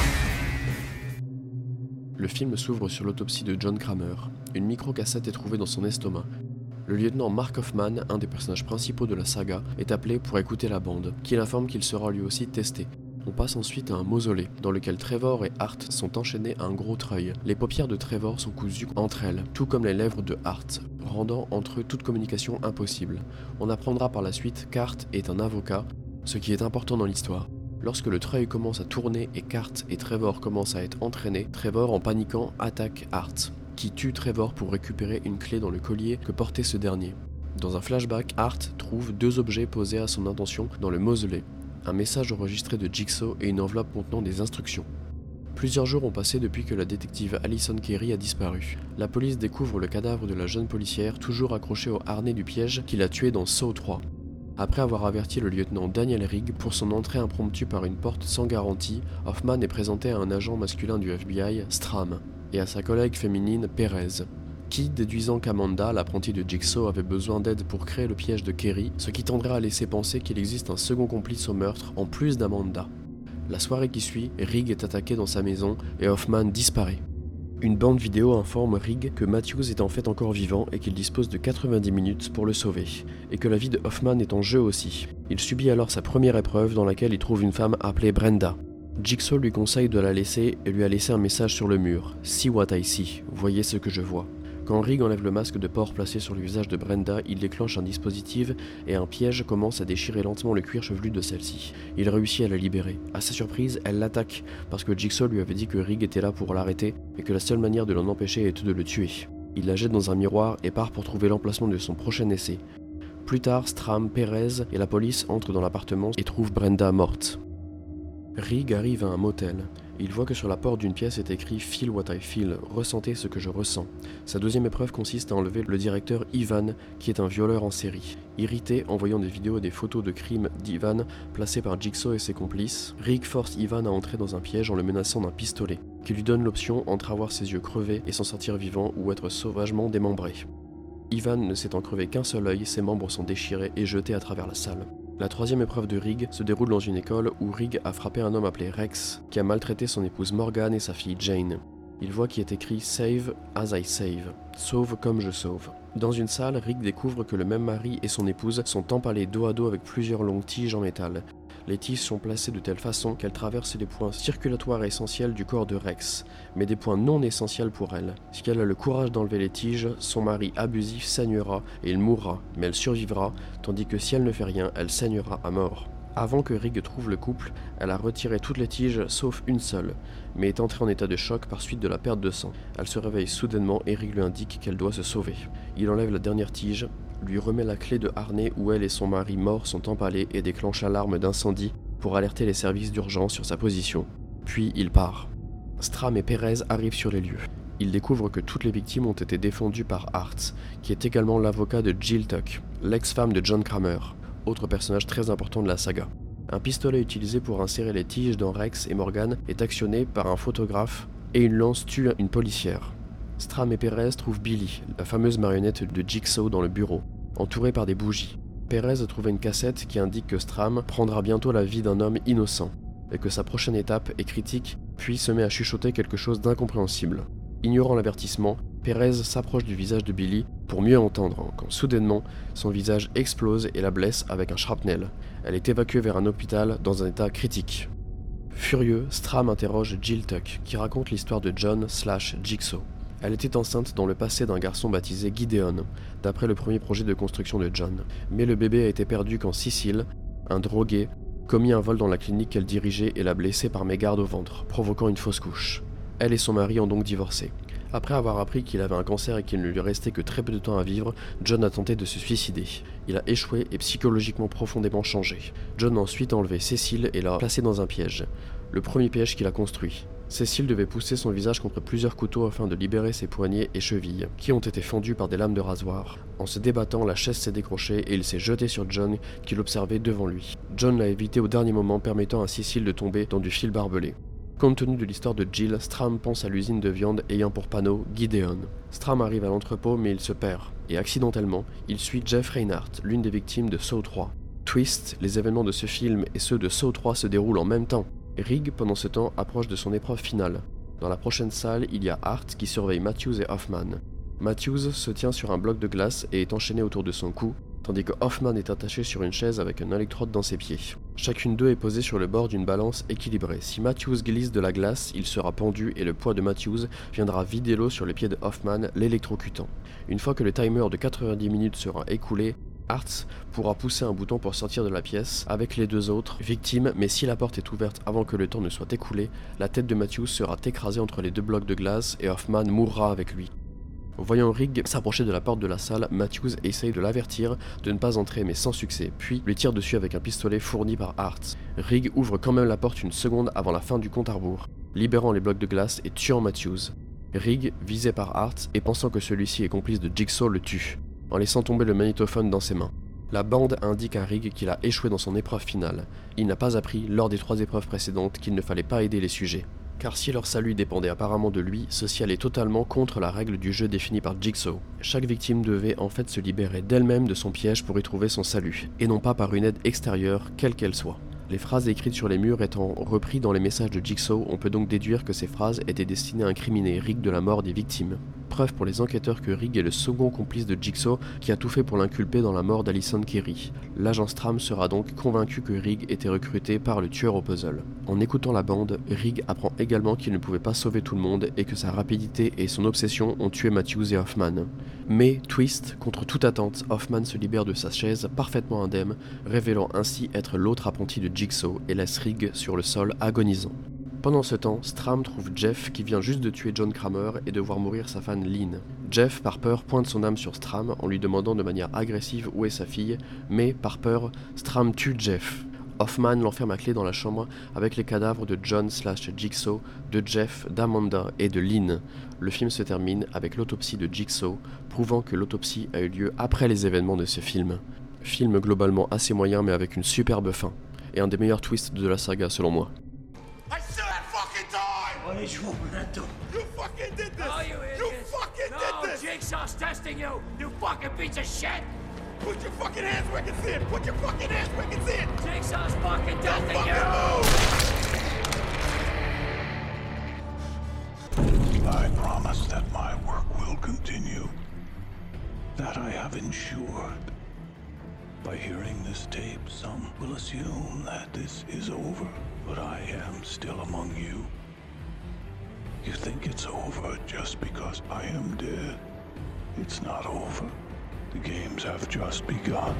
Le film s'ouvre sur l'autopsie de John Kramer. Une micro-cassette est trouvée dans son estomac. Le lieutenant Mark Hoffman, un des personnages principaux de la saga, est appelé pour écouter la bande, qui l'informe qu'il sera lui aussi testé. On passe ensuite à un mausolée, dans lequel Trevor et Hart sont enchaînés à un gros treuil. Les paupières de Trevor sont cousues entre elles, tout comme les lèvres de Hart, rendant entre eux toute communication impossible. On apprendra par la suite qu'Hart est un avocat, ce qui est important dans l'histoire. Lorsque le treuil commence à tourner et qu'Hart et Trevor commencent à être entraînés, Trevor, en paniquant, attaque Hart, qui tue Trevor pour récupérer une clé dans le collier que portait ce dernier. Dans un flashback, Hart trouve 2 objets posés à son intention dans le mausolée. Un message enregistré de Jigsaw et une enveloppe contenant des instructions. Plusieurs jours ont passé depuis que la détective Allison Carey a disparu. La police découvre le cadavre de la jeune policière toujours accrochée au harnais du piège qui l'a tuée dans Saw 3. Après avoir averti le lieutenant Daniel Rigg pour son entrée impromptue par une porte sans garantie, Hoffman est présenté à un agent masculin du FBI, Stram, et à sa collègue féminine, Perez, qui, déduisant qu'Amanda, l'apprentie de Jigsaw, avait besoin d'aide pour créer le piège de Carey, ce qui tendrait à laisser penser qu'il existe un second complice au meurtre en plus d'Amanda. La soirée qui suit, Rigg est attaqué dans sa maison et Hoffman disparaît. Une bande vidéo informe Rigg que Matthews est en fait encore vivant et qu'il dispose de 90 minutes pour le sauver, et que la vie de Hoffman est en jeu aussi. Il subit alors sa première épreuve dans laquelle il trouve une femme appelée Brenda. Jigsaw lui conseille de la laisser et lui a laissé un message sur le mur. « See what I see », voyez ce que je vois. Quand Rigg enlève le masque de porc placé sur le visage de Brenda, il déclenche un dispositif et un piège commence à déchirer lentement le cuir chevelu de celle-ci. Il réussit à la libérer. À sa surprise, elle l'attaque parce que Jigsaw lui avait dit que Rigg était là pour l'arrêter et que la seule manière de l'en empêcher était de le tuer. Il la jette dans un miroir et part pour trouver l'emplacement de son prochain essai. Plus tard, Stram, Perez et la police entrent dans l'appartement et trouvent Brenda morte. Rigg arrive à un motel. Il voit que sur la porte d'une pièce est écrit « Feel what I feel », « Ressentez ce que je ressens ». Sa deuxième épreuve consiste à enlever le directeur Ivan, qui est un violeur en série. Irrité en voyant des vidéos et des photos de crimes d'Ivan placées par Jigsaw et ses complices, Rigg force Ivan à entrer dans un piège en le menaçant d'un pistolet, qui lui donne l'option entre avoir ses yeux crevés et s'en sortir vivant ou être sauvagement démembré. Ivan ne s'étant crevé qu'un seul œil, ses membres sont déchirés et jetés à travers la salle. La troisième épreuve de Rigg se déroule dans une école où Rigg a frappé un homme appelé Rex, qui a maltraité son épouse Morgan et sa fille Jane. Il voit qu'il est écrit « Save as I save », « Sauve comme je sauve ». Dans une salle, Rigg découvre que le même mari et son épouse sont empalés dos à dos avec plusieurs longues tiges en métal. Les tiges sont placées de telle façon qu'elles traversent les points circulatoires essentiels du corps de Rex, mais des points non essentiels pour elle. Si elle a le courage d'enlever les tiges, son mari abusif saignera et il mourra, mais elle survivra, tandis que si elle ne fait rien, elle saignera à mort. Avant que Rigg trouve le couple, elle a retiré toutes les tiges sauf une seule, mais est entrée en état de choc par suite de la perte de sang. Elle se réveille soudainement et Rigg lui indique qu'elle doit se sauver. Il enlève la dernière tige, lui remet la clé de harnais où elle et son mari mort sont empalés et déclenche l'alarme d'incendie pour alerter les services d'urgence sur sa position. Puis il part. Stram et Perez arrivent sur les lieux. Ils découvrent que toutes les victimes ont été défendues par Hart, qui est également l'avocat de Jill Tuck, l'ex-femme de John Kramer, autre personnage très important de la saga. Un pistolet utilisé pour insérer les tiges dans Rex et Morgan est actionné par un photographe et une lance tue une policière. Stram et Perez trouvent Billy, la fameuse marionnette de Jigsaw, dans le bureau, entourée par des bougies. Perez a trouvé une cassette qui indique que Stram prendra bientôt la vie d'un homme innocent, et que sa prochaine étape est critique, puis se met à chuchoter quelque chose d'incompréhensible. Ignorant l'avertissement, Perez s'approche du visage de Billy pour mieux entendre, quand soudainement, son visage explose et la blesse avec un shrapnel. Elle est évacuée vers un hôpital dans un état critique. Furieux, Stram interroge Jill Tuck, qui raconte l'histoire de John/Jigsaw. Elle était enceinte dans le passé d'un garçon baptisé Gideon, d'après le premier projet de construction de John. Mais le bébé a été perdu quand Cecil, un drogué, commit un vol dans la clinique qu'elle dirigeait et l'a blessé par mégarde au ventre, provoquant une fausse couche. Elle et son mari ont donc divorcé. Après avoir appris qu'il avait un cancer et qu'il ne lui restait que très peu de temps à vivre, John a tenté de se suicider. Il a échoué et psychologiquement profondément changé. John a ensuite enlevé Cecil et l'a placé dans un piège. Le premier piège qu'il a construit. Cecil devait pousser son visage contre plusieurs couteaux afin de libérer ses poignets et chevilles, qui ont été fendus par des lames de rasoir. En se débattant, la chaise s'est décrochée et il s'est jeté sur John, qui l'observait devant lui. John l'a évité au dernier moment, permettant à Cecil de tomber dans du fil barbelé. Compte tenu de l'histoire de Jill, Stram pense à l'usine de viande ayant pour panneau Gideon. Stram arrive à l'entrepôt mais il se perd, et accidentellement, il suit Jeff Reinhardt, l'une des victimes de Saw 3. Twist, les événements de ce film et ceux de Saw 3 se déroulent en même temps. Rigg, pendant ce temps, approche de son épreuve finale. Dans la prochaine salle, il y a Hart qui surveille Matthews et Hoffman. Matthews se tient sur un bloc de glace et est enchaîné autour de son cou, tandis que Hoffman est attaché sur une chaise avec un électrode dans ses pieds. Chacune d'eux est posée sur le bord d'une balance équilibrée. Si Matthews glisse de la glace, il sera pendu et le poids de Matthews viendra vider l'eau sur les pieds de Hoffman, l'électrocutant. Une fois que le timer de 90 minutes sera écoulé, Hart pourra pousser un bouton pour sortir de la pièce avec les deux autres victimes, mais si la porte est ouverte avant que le temps ne soit écoulé, la tête de Matthews sera écrasée entre les deux blocs de glace et Hoffman mourra avec lui. Voyant Rigg s'approcher de la porte de la salle, Matthews essaye de l'avertir de ne pas entrer mais sans succès, puis lui tire dessus avec un pistolet fourni par Hart. Rigg ouvre quand même la porte une seconde avant la fin du compte à rebours, libérant les blocs de glace et tuant Matthews. Rigg, visé par Hart et pensant que celui-ci est complice de Jigsaw, le tue, en laissant tomber le magnétophone dans ses mains. La bande indique à Rigg qu'il a échoué dans son épreuve finale. Il n'a pas appris, lors des 3 épreuves précédentes, qu'il ne fallait pas aider les sujets. Car si leur salut dépendait apparemment de lui, ceci allait totalement contre la règle du jeu définie par Jigsaw. Chaque victime devait en fait se libérer d'elle-même de son piège pour y trouver son salut, et non pas par une aide extérieure, quelle qu'elle soit. Les phrases écrites sur les murs étant reprises dans les messages de Jigsaw, on peut donc déduire que ces phrases étaient destinées à incriminer Rigg de la mort des victimes. Preuve pour les enquêteurs que Rigg est le second complice de Jigsaw qui a tout fait pour l'inculper dans la mort d'Allison Kerry. L'agent Strahm sera donc convaincu que Rigg était recruté par le tueur au puzzle. En écoutant la bande, Rigg apprend également qu'il ne pouvait pas sauver tout le monde et que sa rapidité et son obsession ont tué Matthews et Hoffman. Mais, twist, contre toute attente, Hoffman se libère de sa chaise parfaitement indemne, révélant ainsi être l'autre apprenti de Jigsaw et laisse Rigg sur le sol agonisant. Pendant ce temps, Strahm trouve Jeff qui vient juste de tuer John Kramer et de voir mourir sa fan Lynn. Jeff, par peur, pointe son âme sur Strahm en lui demandant de manière agressive où est sa fille, mais, par peur, Strahm tue Jeff. Hoffman l'enferme à clé dans la chambre avec les cadavres de John/Jigsaw, de Jeff, d'Amanda et de Lynn. Le film se termine avec l'autopsie de Jigsaw, prouvant que l'autopsie a eu lieu après les événements de ce film. Film globalement assez moyen mais avec une superbe fin, et un des meilleurs twists de la saga selon moi. What did you want me to do? You fucking did this! Oh, you idiots! You fucking did No, this! Jigsaw's testing you! You fucking piece of shit! Put your fucking hands where I can see it! Put your fucking hands where I can see it! Jigsaw's fucking testing Fucking you! move! I promise that my work will continue. That I have ensured. By hearing this tape, some will assume that this is over, but I am still among you. You think it's over just because I am dead. It's not over. The games have just begun.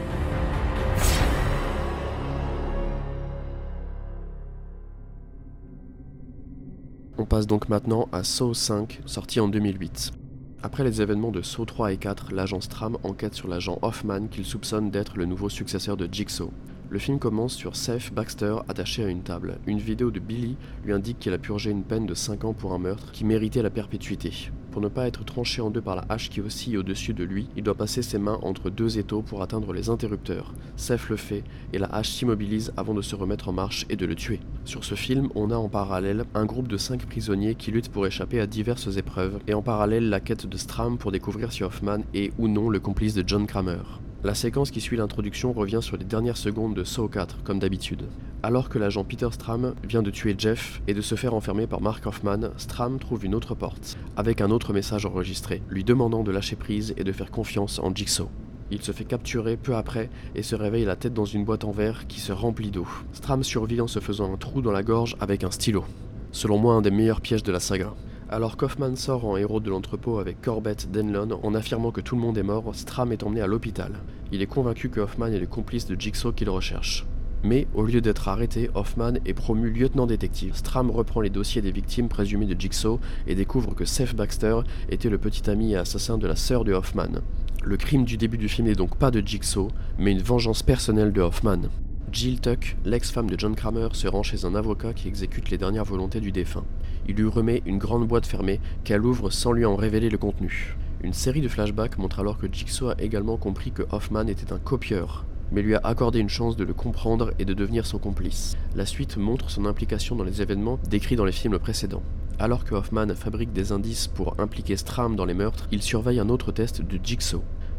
On passe donc maintenant à Saw 5, sorti en 2008. Après les événements de Saw 3 et 4, l'agent Strahm enquête sur l'agent Hoffman qu'il soupçonne d'être le nouveau successeur de Jigsaw. Le film commence sur Seth Baxter attaché à une table. Une vidéo de Billy lui indique qu'il a purgé une peine de 5 ans pour un meurtre qui méritait la perpétuité. Pour ne pas être tranché en deux par la hache qui oscille au-dessus de lui, il doit passer ses mains entre 2 étaux pour atteindre les interrupteurs. Seth le fait et la hache s'immobilise avant de se remettre en marche et de le tuer. Sur ce film, on a en parallèle un groupe de 5 prisonniers qui luttent pour échapper à diverses épreuves et en parallèle la quête de Strahm pour découvrir si Hoffman est ou non le complice de John Kramer. La séquence qui suit l'introduction revient sur les dernières secondes de Saw 4, comme d'habitude. Alors que l'agent Peter Strahm vient de tuer Jeff et de se faire enfermer par Mark Hoffman, Strahm trouve une autre porte, avec un autre message enregistré, lui demandant de lâcher prise et de faire confiance en Jigsaw. Il se fait capturer peu après et se réveille la tête dans une boîte en verre qui se remplit d'eau. Strahm survit en se faisant un trou dans la gorge avec un stylo. Selon moi, un des meilleurs pièges de la saga. Alors qu'Hoffman sort en héros de l'entrepôt avec Corbett Denlon en affirmant que tout le monde est mort, Strahm est emmené à l'hôpital. Il est convaincu que Hoffman est le complice de Jigsaw qu'il recherche. Mais au lieu d'être arrêté, Hoffman est promu lieutenant-détective. Strahm reprend les dossiers des victimes présumées de Jigsaw et découvre que Seth Baxter était le petit ami et assassin de la sœur de Hoffman. Le crime du début du film n'est donc pas de Jigsaw, mais une vengeance personnelle de Hoffman. Jill Tuck, l'ex-femme de John Kramer, se rend chez un avocat qui exécute les dernières volontés du défunt. Il lui remet une grande boîte fermée qu'elle ouvre sans lui en révéler le contenu. Une série de flashbacks montre alors que Jigsaw a également compris que Hoffman était un copieur, mais lui a accordé une chance de le comprendre et de devenir son complice. La suite montre son implication dans les événements décrits dans les films précédents. Alors que Hoffman fabrique des indices pour impliquer Strahm dans les meurtres, il surveille un autre test de Jigsaw.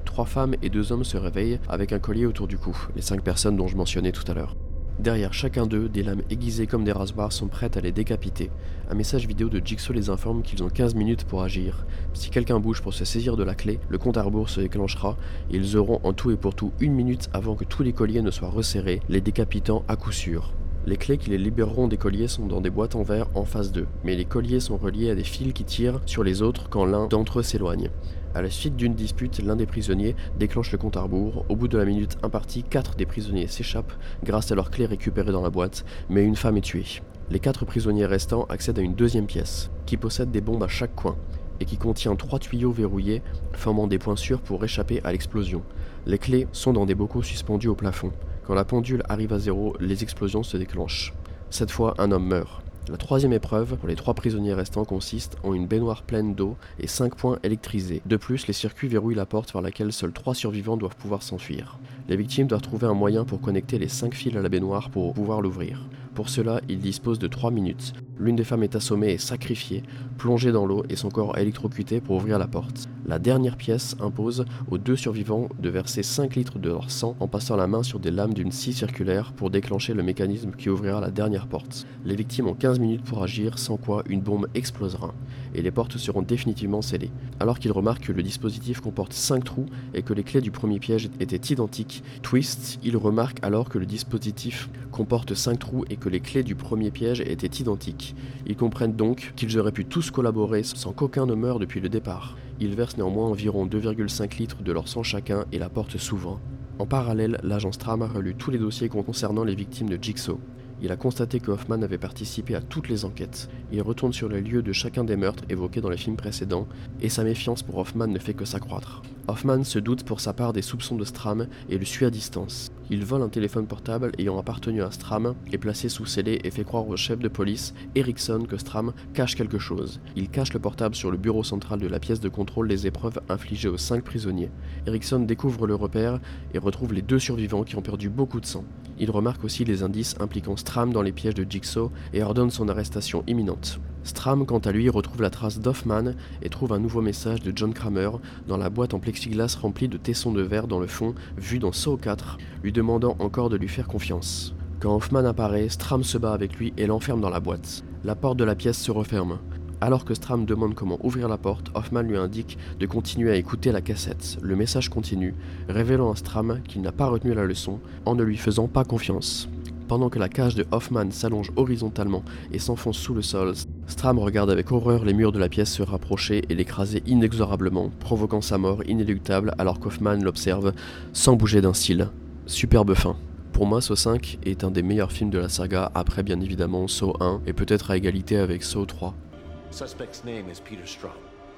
3 femmes et 2 hommes se réveillent avec un collier autour du cou, les 5 personnes dont je mentionnais tout à l'heure. Derrière chacun d'eux, des lames aiguisées comme des rasoirs sont prêtes à les décapiter. Un message vidéo de Jigsaw les informe qu'ils ont 15 minutes pour agir. Si quelqu'un bouge pour se saisir de la clé, le compte à rebours se déclenchera et ils auront en tout et pour tout 1 minute avant que tous les colliers ne soient resserrés, les décapitant à coup sûr. Les clés qui les libéreront des colliers sont dans des boîtes en verre en face d'eux, mais les colliers sont reliés à des fils qui tirent sur les autres quand l'un d'entre eux s'éloigne. À la suite d'une dispute, l'un des prisonniers déclenche le compte à rebours. Au bout de la minute impartie, 4 des prisonniers s'échappent grâce à leurs clés récupérées dans la boîte, mais une femme est tuée. Les 4 prisonniers restants accèdent à une deuxième pièce, qui possède des bombes à chaque coin, et qui contient 3 tuyaux verrouillés, formant des points sûrs pour échapper à l'explosion. Les clés sont dans des bocaux suspendus au plafond. Quand la pendule arrive à 0, les explosions se déclenchent. Cette fois, un homme meurt. La troisième épreuve, pour les 3 prisonniers restants, consiste en une baignoire pleine d'eau et 5 points électrisés. De plus, les circuits verrouillent la porte par laquelle seuls 3 survivants doivent pouvoir s'enfuir. Les victimes doivent trouver un moyen pour connecter les 5 fils à la baignoire pour pouvoir l'ouvrir. Pour cela, ils disposent de 3 minutes. L'une des femmes est assommée et sacrifiée, plongée dans l'eau et son corps électrocuté pour ouvrir la porte. La dernière pièce impose aux 2 survivants de verser 5 litres de leur sang en passant la main sur des lames d'une scie circulaire pour déclencher le mécanisme qui ouvrira la dernière porte. Les victimes ont 15 minutes pour agir, sans quoi une bombe explosera et les portes seront définitivement scellées. Alors qu'ils remarquent que le dispositif comporte 5 trous et que les clés du premier piège étaient identiques, Twist, ils remarquent alors que le dispositif comporte 5 trous et que les clés du premier piège étaient identiques. Ils comprennent donc qu'ils auraient pu tous collaborer sans qu'aucun ne meure depuis le départ. Ils versent néanmoins environ 2,5 litres de leur sang chacun et la porte s'ouvre. En parallèle, l'agent Strahm a relu tous les dossiers concernant les victimes de Jigsaw. Il a constaté que Hoffman avait participé à toutes les enquêtes. Il retourne sur les lieux de chacun des meurtres évoqués dans les films précédents, et sa méfiance pour Hoffman ne fait que s'accroître. Hoffman se doute pour sa part des soupçons de Strahm et le suit à distance. Il vole un téléphone portable ayant appartenu à Strahm, est placé sous scellé et fait croire au chef de police, Erickson, que Strahm cache quelque chose. Il cache le portable sur le bureau central de la pièce de contrôle des épreuves infligées aux 5 prisonniers. Erickson découvre le repère et retrouve les 2 survivants qui ont perdu beaucoup de sang. Il remarque aussi les indices impliquant Strahm dans les pièges de Jigsaw et ordonne son arrestation imminente. Strahm, quant à lui, retrouve la trace d'Hoffman et trouve un nouveau message de John Kramer dans la boîte en plexiglas remplie de tessons de verre dans le fond, vue dans Saw 4, lui demandant encore de lui faire confiance. Quand Hoffman apparaît, Strahm se bat avec lui et l'enferme dans la boîte. La porte de la pièce se referme. Alors que Strahm demande comment ouvrir la porte, Hoffman lui indique de continuer à écouter la cassette. Le message continue, révélant à Strahm qu'il n'a pas retenu la leçon en ne lui faisant pas confiance. Pendant que la cage de Hoffman s'allonge horizontalement et s'enfonce sous le sol, Strahm regarde avec horreur les murs de la pièce se rapprocher et l'écraser inexorablement, provoquant sa mort inéluctable alors qu'Hoffman l'observe sans bouger d'un cil. Superbe fin. Pour moi, Saw 5 est un des meilleurs films de la saga, après bien évidemment Saw 1 et peut-être à égalité avec Saw 3. Suspect's name is Peter Strahm.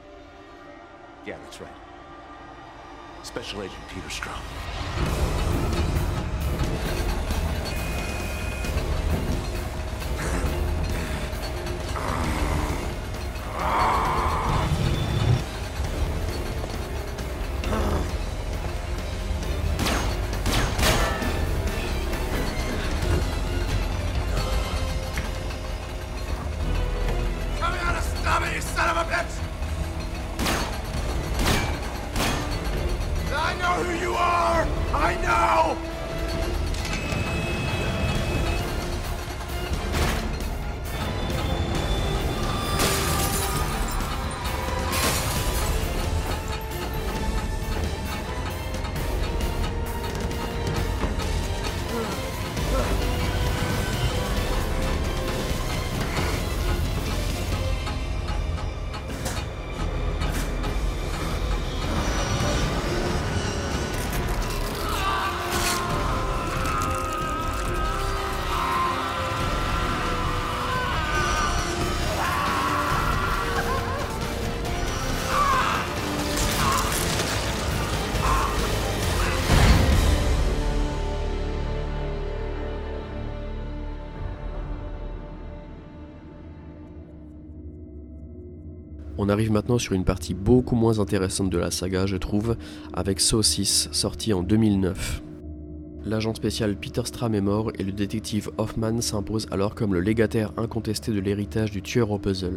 Yeah, that's right. Special Agent Peter Strahm. On arrive maintenant sur une partie beaucoup moins intéressante de la saga, je trouve, avec Saw 6, sorti en 2009. L'agent spécial Peter Strahm est mort et le détective Hoffman s'impose alors comme le légataire incontesté de l'héritage du tueur au puzzle.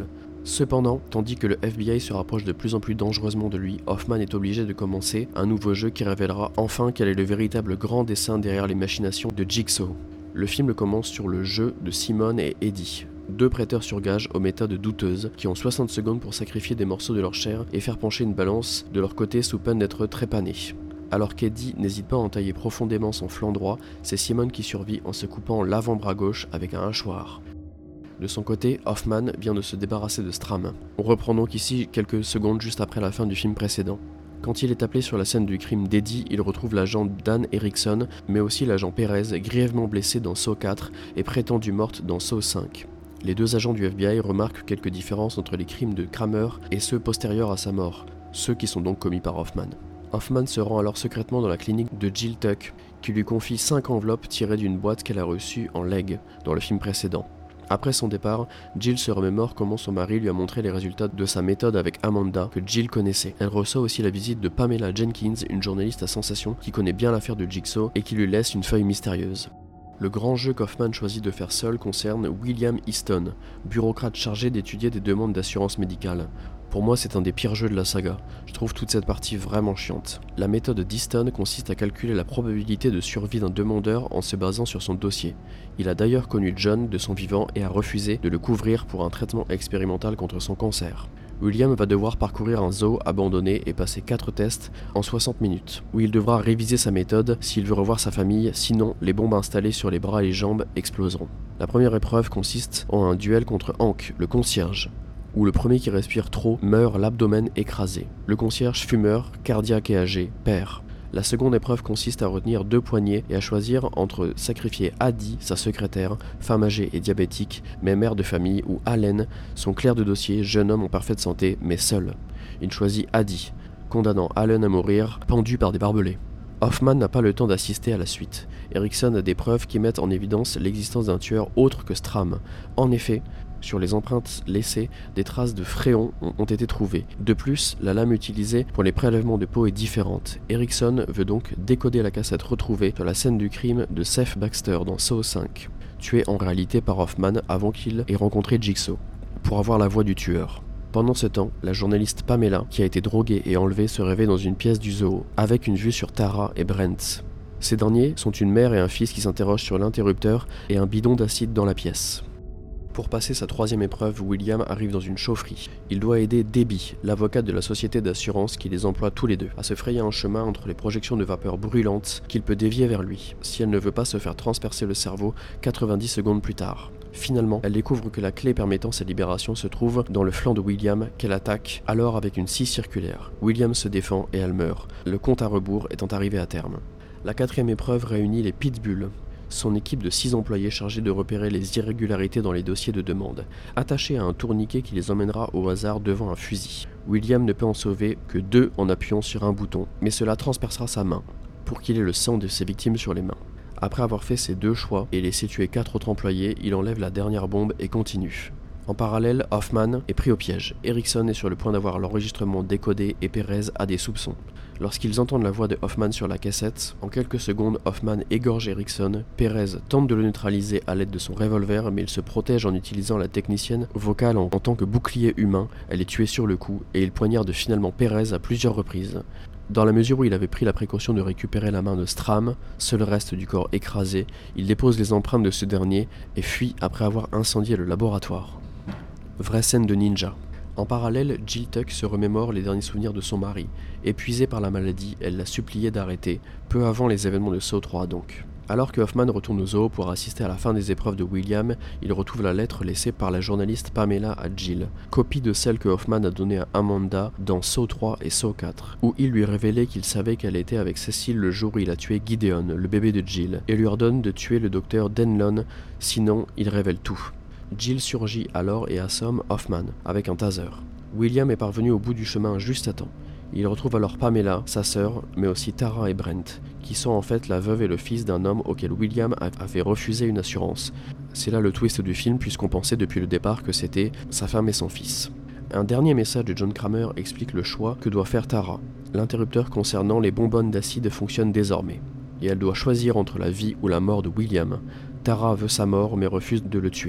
Cependant, tandis que le FBI se rapproche de plus en plus dangereusement de lui, Hoffman est obligé de commencer un nouveau jeu qui révélera enfin quel est le véritable grand dessein derrière les machinations de Jigsaw. Le film commence sur le jeu de Simone et Eddie, 2 prêteurs sur gage aux méthodes douteuses qui ont 60 secondes pour sacrifier des morceaux de leur chair et faire pencher une balance de leur côté sous peine d'être trépanés. Alors qu'Eddie n'hésite pas à entailler profondément son flanc droit, c'est Simone qui survit en se coupant l'avant-bras gauche avec un hachoir. De son côté, Hoffman vient de se débarrasser de Stram. On reprend donc ici quelques secondes juste après la fin du film précédent. Quand il est appelé sur la scène du crime d'Eddie, il retrouve l'agent Dan Erickson, mais aussi l'agent Perez, grièvement blessé dans Saw 4 et prétendu morte dans Saw 5. Les 2 agents du FBI remarquent quelques différences entre les crimes de Kramer et ceux postérieurs à sa mort, ceux qui sont donc commis par Hoffman. Hoffman se rend alors secrètement dans la clinique de Jill Tuck, qui lui confie 5 enveloppes tirées d'une boîte qu'elle a reçue en legs dans le film précédent. Après son départ, Jill se remémore comment son mari lui a montré les résultats de sa méthode avec Amanda, que Jill connaissait. Elle reçoit aussi la visite de Pamela Jenkins, une journaliste à sensation qui connaît bien l'affaire de Jigsaw et qui lui laisse une feuille mystérieuse. Le grand jeu qu'Hoffman choisit de faire seul concerne William Easton, bureaucrate chargé d'étudier des demandes d'assurance médicale. Pour moi, c'est un des pires jeux de la saga. Je trouve toute cette partie vraiment chiante. La méthode d'Easton consiste à calculer la probabilité de survie d'un demandeur en se basant sur son dossier. Il a d'ailleurs connu John de son vivant et a refusé de le couvrir pour un traitement expérimental contre son cancer. William va devoir parcourir un zoo abandonné et passer 4 tests en 60 minutes, où il devra réviser sa méthode s'il veut revoir sa famille, sinon les bombes installées sur les bras et les jambes exploseront. La première épreuve consiste en un duel contre Hank, le concierge, où le premier qui respire trop meurt l'abdomen écrasé. Le concierge fumeur, cardiaque et âgé, perd. La seconde épreuve consiste à retenir 2 poignées et à choisir entre sacrifier Addie, sa secrétaire, femme âgée et diabétique, mais mère de famille, ou Allen, son clerc de dossier, jeune homme en parfaite santé, mais seul. Il choisit Addie, condamnant Allen à mourir, pendu par des barbelés. Hoffman n'a pas le temps d'assister à la suite. Erickson a des preuves qui mettent en évidence l'existence d'un tueur autre que Stram. En effet, sur les empreintes laissées, des traces de fréon ont été trouvées. De plus, la lame utilisée pour les prélèvements de peau est différente. Erickson veut donc décoder la cassette retrouvée sur la scène du crime de Seth Baxter dans Saw 5, tué en réalité par Hoffman avant qu'il ait rencontré Jigsaw, pour avoir la voix du tueur. Pendant ce temps, la journaliste Pamela, qui a été droguée et enlevée, se réveille dans une pièce du zoo, avec une vue sur Tara et Brent. Ces derniers sont une mère et un fils qui s'interrogent sur l'interrupteur et un bidon d'acide dans la pièce. Pour passer sa 3e épreuve, William arrive dans une chaufferie. Il doit aider Debbie, l'avocate de la société d'assurance qui les emploie tous les deux, à se frayer un chemin entre les projections de vapeur brûlantes qu'il peut dévier vers lui, si elle ne veut pas se faire transpercer le cerveau 90 secondes plus tard. Finalement, elle découvre que la clé permettant sa libération se trouve dans le flanc de William, qu'elle attaque alors avec une scie circulaire. William se défend et elle meurt, le compte à rebours étant arrivé à terme. La 4e épreuve réunit les Pitbulls, son équipe de 6 employés chargés de repérer les irrégularités dans les dossiers de demande, attachés à un tourniquet qui les emmènera au hasard devant un fusil. William ne peut en sauver que 2 en appuyant sur un bouton, mais cela transpercera sa main, pour qu'il ait le sang de ses victimes sur les mains. Après avoir fait ses 2 choix et laissé tuer 4 autres employés, il enlève la dernière bombe et continue. En parallèle, Hoffman est pris au piège. Erickson est sur le point d'avoir l'enregistrement décodé et Perez a des soupçons. Lorsqu'ils entendent la voix de Hoffman sur la cassette, en quelques secondes, Hoffman égorge Erickson. Perez tente de le neutraliser à l'aide de son revolver, mais il se protège en utilisant la technicienne vocale en tant que bouclier humain. Elle est tuée sur le coup et il poignarde finalement Perez à plusieurs reprises. Dans la mesure où il avait pris la précaution de récupérer la main de Stram, seul reste du corps écrasé, il dépose les empreintes de ce dernier et fuit après avoir incendié le laboratoire. Vraie scène de ninja. En parallèle, Jill Tuck se remémore les derniers souvenirs de son mari. Épuisée par la maladie, elle l'a supplié d'arrêter, peu avant les événements de Saw 3 donc. Alors que Hoffman retourne au zoo pour assister à la fin des épreuves de William, il retrouve la lettre laissée par la journaliste Pamela à Jill, copie de celle que Hoffman a donnée à Amanda dans Saw 3 et Saw 4, où il lui révélait qu'il savait qu'elle était avec Cecil le jour où il a tué Gideon, le bébé de Jill, et lui ordonne de tuer le docteur Denlon, sinon il révèle tout. Jill surgit alors et assomme Hoffman avec un taser. William est parvenu au bout du chemin juste à temps. Il retrouve alors Pamela, sa sœur, mais aussi Tara et Brent, qui sont en fait la veuve et le fils d'un homme auquel William avait refusé une assurance. C'est là le twist du film puisqu'on pensait depuis le départ que c'était sa femme et son fils. Un dernier message de John Kramer explique le choix que doit faire Tara. L'interrupteur concernant les bonbonnes d'acide fonctionne désormais, et elle doit choisir entre la vie ou la mort de William. Tara veut sa mort mais refuse de le tuer.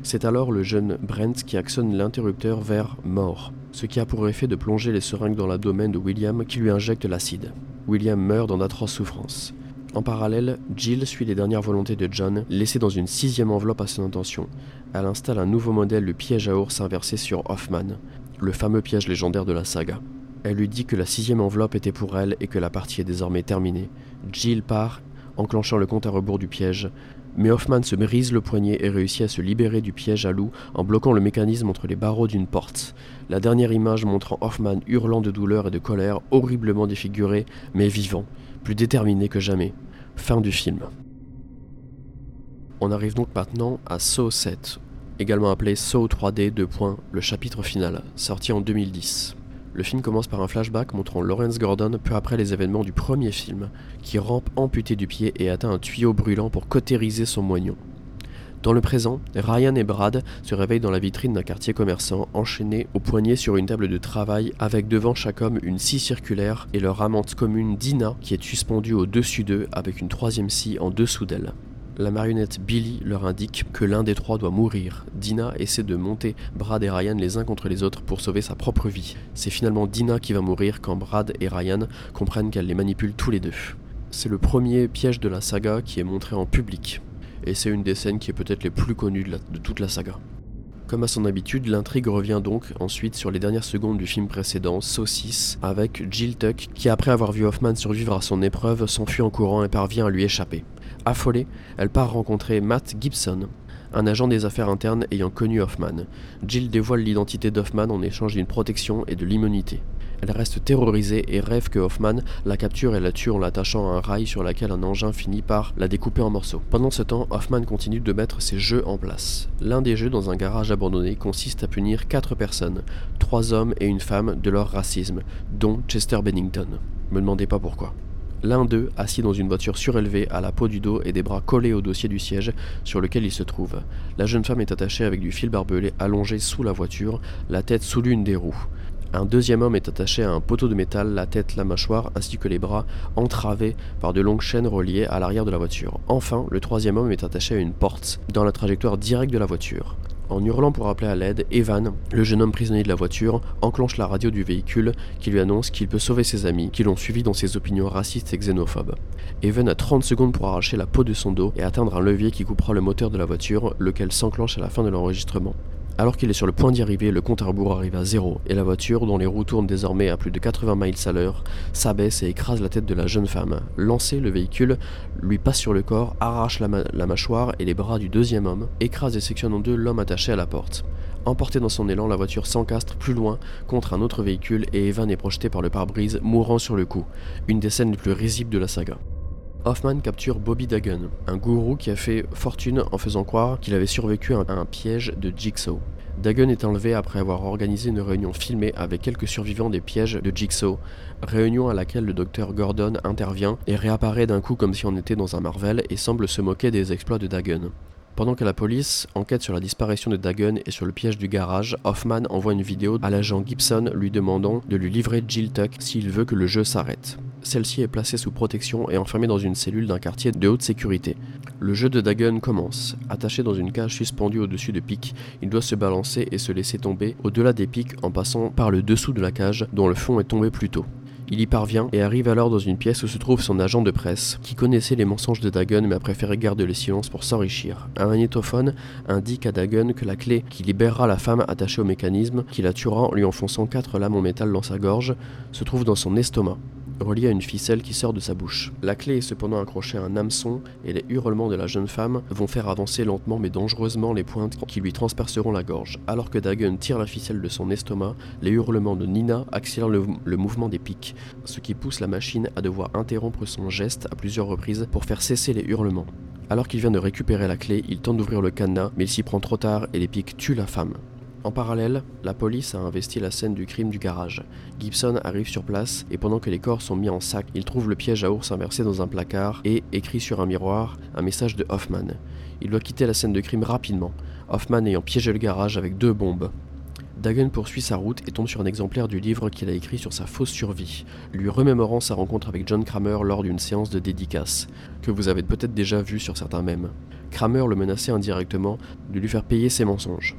C'est alors le jeune Brent qui actionne l'interrupteur vers mort, ce qui a pour effet de plonger les seringues dans l'abdomen de William qui lui injecte l'acide. William meurt dans d'atroces souffrances. En parallèle, Jill suit les dernières volontés de John, laissées dans une 6e enveloppe à son intention. Elle installe un nouveau modèle, le piège à ours inversé sur Hoffman, le fameux piège légendaire de la saga. Elle lui dit que la 6e enveloppe était pour elle et que la partie est désormais terminée. Jill part, enclenchant le compte à rebours du piège, mais Hoffman se brise le poignet et réussit à se libérer du piège à loup en bloquant le mécanisme entre les barreaux d'une porte. La dernière image montrant Hoffman hurlant de douleur et de colère, horriblement défiguré, mais vivant, plus déterminé que jamais. Fin du film. On arrive donc maintenant à Saw 7, également appelé Saw 3D : le chapitre final, sorti en 2010. Le film commence par un flashback montrant Lawrence Gordon peu après les événements du premier film, qui rampe amputé du pied et atteint un tuyau brûlant pour cautériser son moignon. Dans le présent, Ryan et Brad se réveillent dans la vitrine d'un quartier commerçant, enchaînés au poignet sur une table de travail, avec devant chaque homme une scie circulaire et leur amante commune Dina qui est suspendue au-dessus d'eux avec une 3e scie en dessous d'elle. La marionnette Billy leur indique que l'un des trois doit mourir. Dina essaie de monter Brad et Ryan les uns contre les autres pour sauver sa propre vie. C'est finalement Dina qui va mourir quand Brad et Ryan comprennent qu'elle les manipule tous les deux. C'est le premier piège de la saga qui est montré en public, et c'est une des scènes qui est peut-être les plus connues de toute la saga. Comme à son habitude, l'intrigue revient donc ensuite sur les dernières secondes du film précédent, Saw 6, avec Jill Tuck qui, après avoir vu Hoffman survivre à son épreuve, s'enfuit en courant et parvient à lui échapper. Affolée, elle part rencontrer Matt Gibson, un agent des affaires internes ayant connu Hoffman. Jill dévoile l'identité d'Hoffman en échange d'une protection et de l'immunité. Elle reste terrorisée et rêve que Hoffman la capture et la tue en l'attachant à un rail sur lequel un engin finit par la découper en morceaux. Pendant ce temps, Hoffman continue de mettre ses jeux en place. L'un des jeux dans un garage abandonné consiste à punir 4 personnes, 3 hommes et une femme de leur racisme, dont Chester Bennington. Me demandez pas pourquoi. L'un d'eux, assis dans une voiture surélevée, a la peau du dos et des bras collés au dossier du siège sur lequel il se trouve. La jeune femme est attachée avec du fil barbelé allongé sous la voiture, la tête sous l'une des roues. Un deuxième homme est attaché à un poteau de métal, la tête, la mâchoire ainsi que les bras entravés par de longues chaînes reliées à l'arrière de la voiture. Enfin, le troisième homme est attaché à une porte dans la trajectoire directe de la voiture. En hurlant pour appeler à l'aide, Evan, le jeune homme prisonnier de la voiture, enclenche la radio du véhicule qui lui annonce qu'il peut sauver ses amis qui l'ont suivi dans ses opinions racistes et xénophobes. Evan a 30 secondes pour arracher la peau de son dos et atteindre un levier qui coupera le moteur de la voiture, lequel s'enclenche à la fin de l'enregistrement. Alors qu'il est sur le point d'y arriver, le compte à rebours arrive à 0 et la voiture, dont les roues tournent désormais à plus de 80 miles à l'heure, s'abaisse et écrase la tête de la jeune femme. Lancé, le véhicule lui passe sur le corps, arrache la mâchoire et les bras du deuxième homme, écrase et sectionne en deux l'homme attaché à la porte. Emporté dans son élan, la voiture s'encastre plus loin contre un autre véhicule et Evan est projeté par le pare-brise, mourant sur le coup. Une des scènes les plus risibles de la saga. Hoffman capture Bobby Dagen, un gourou qui a fait fortune en faisant croire qu'il avait survécu à un piège de Jigsaw. Dagen est enlevé après avoir organisé une réunion filmée avec quelques survivants des pièges de Jigsaw, réunion à laquelle le docteur Gordon intervient et réapparaît d'un coup comme si on était dans un Marvel et semble se moquer des exploits de Dagen. Pendant que la police enquête sur la disparition de Dagen et sur le piège du garage, Hoffman envoie une vidéo à l'agent Gibson lui demandant de lui livrer Jill Tuck s'il veut que le jeu s'arrête. Celle-ci est placée sous protection et enfermée dans une cellule d'un quartier de haute sécurité. Le jeu de Dagen commence. Attaché dans une cage suspendue au-dessus de pics, il doit se balancer et se laisser tomber au-delà des pics en passant par le dessous de la cage dont le fond est tombé plus tôt. Il y parvient et arrive alors dans une pièce où se trouve son agent de presse, qui connaissait les mensonges de Dagen mais a préféré garder le silence pour s'enrichir. Un magnétophone indique à Dagen que la clé qui libérera la femme attachée au mécanisme, qui la tuera en lui enfonçant 4 lames en métal dans sa gorge, se trouve dans son estomac, reliée à une ficelle qui sort de sa bouche. La clé est cependant accrochée à un hameçon et les hurlements de la jeune femme vont faire avancer lentement mais dangereusement les pointes qui lui transperceront la gorge. Alors que Dagen tire la ficelle de son estomac, les hurlements de Nina accélèrent le mouvement des pics, ce qui pousse la machine à devoir interrompre son geste à plusieurs reprises pour faire cesser les hurlements. Alors qu'il vient de récupérer la clé, il tente d'ouvrir le cadenas mais il s'y prend trop tard et les pics tuent la femme. En parallèle, la police a investi la scène du crime du garage. Gibson arrive sur place et pendant que les corps sont mis en sac, il trouve le piège à ours inversé dans un placard et écrit sur un miroir un message de Hoffman. Il doit quitter la scène de crime rapidement, Hoffman ayant piégé le garage avec 2 bombes. Dagon poursuit sa route et tombe sur un exemplaire du livre qu'il a écrit sur sa fausse survie, lui remémorant sa rencontre avec John Kramer lors d'une séance de dédicace, que vous avez peut-être déjà vu sur certains mèmes. Kramer le menaçait indirectement de lui faire payer ses mensonges.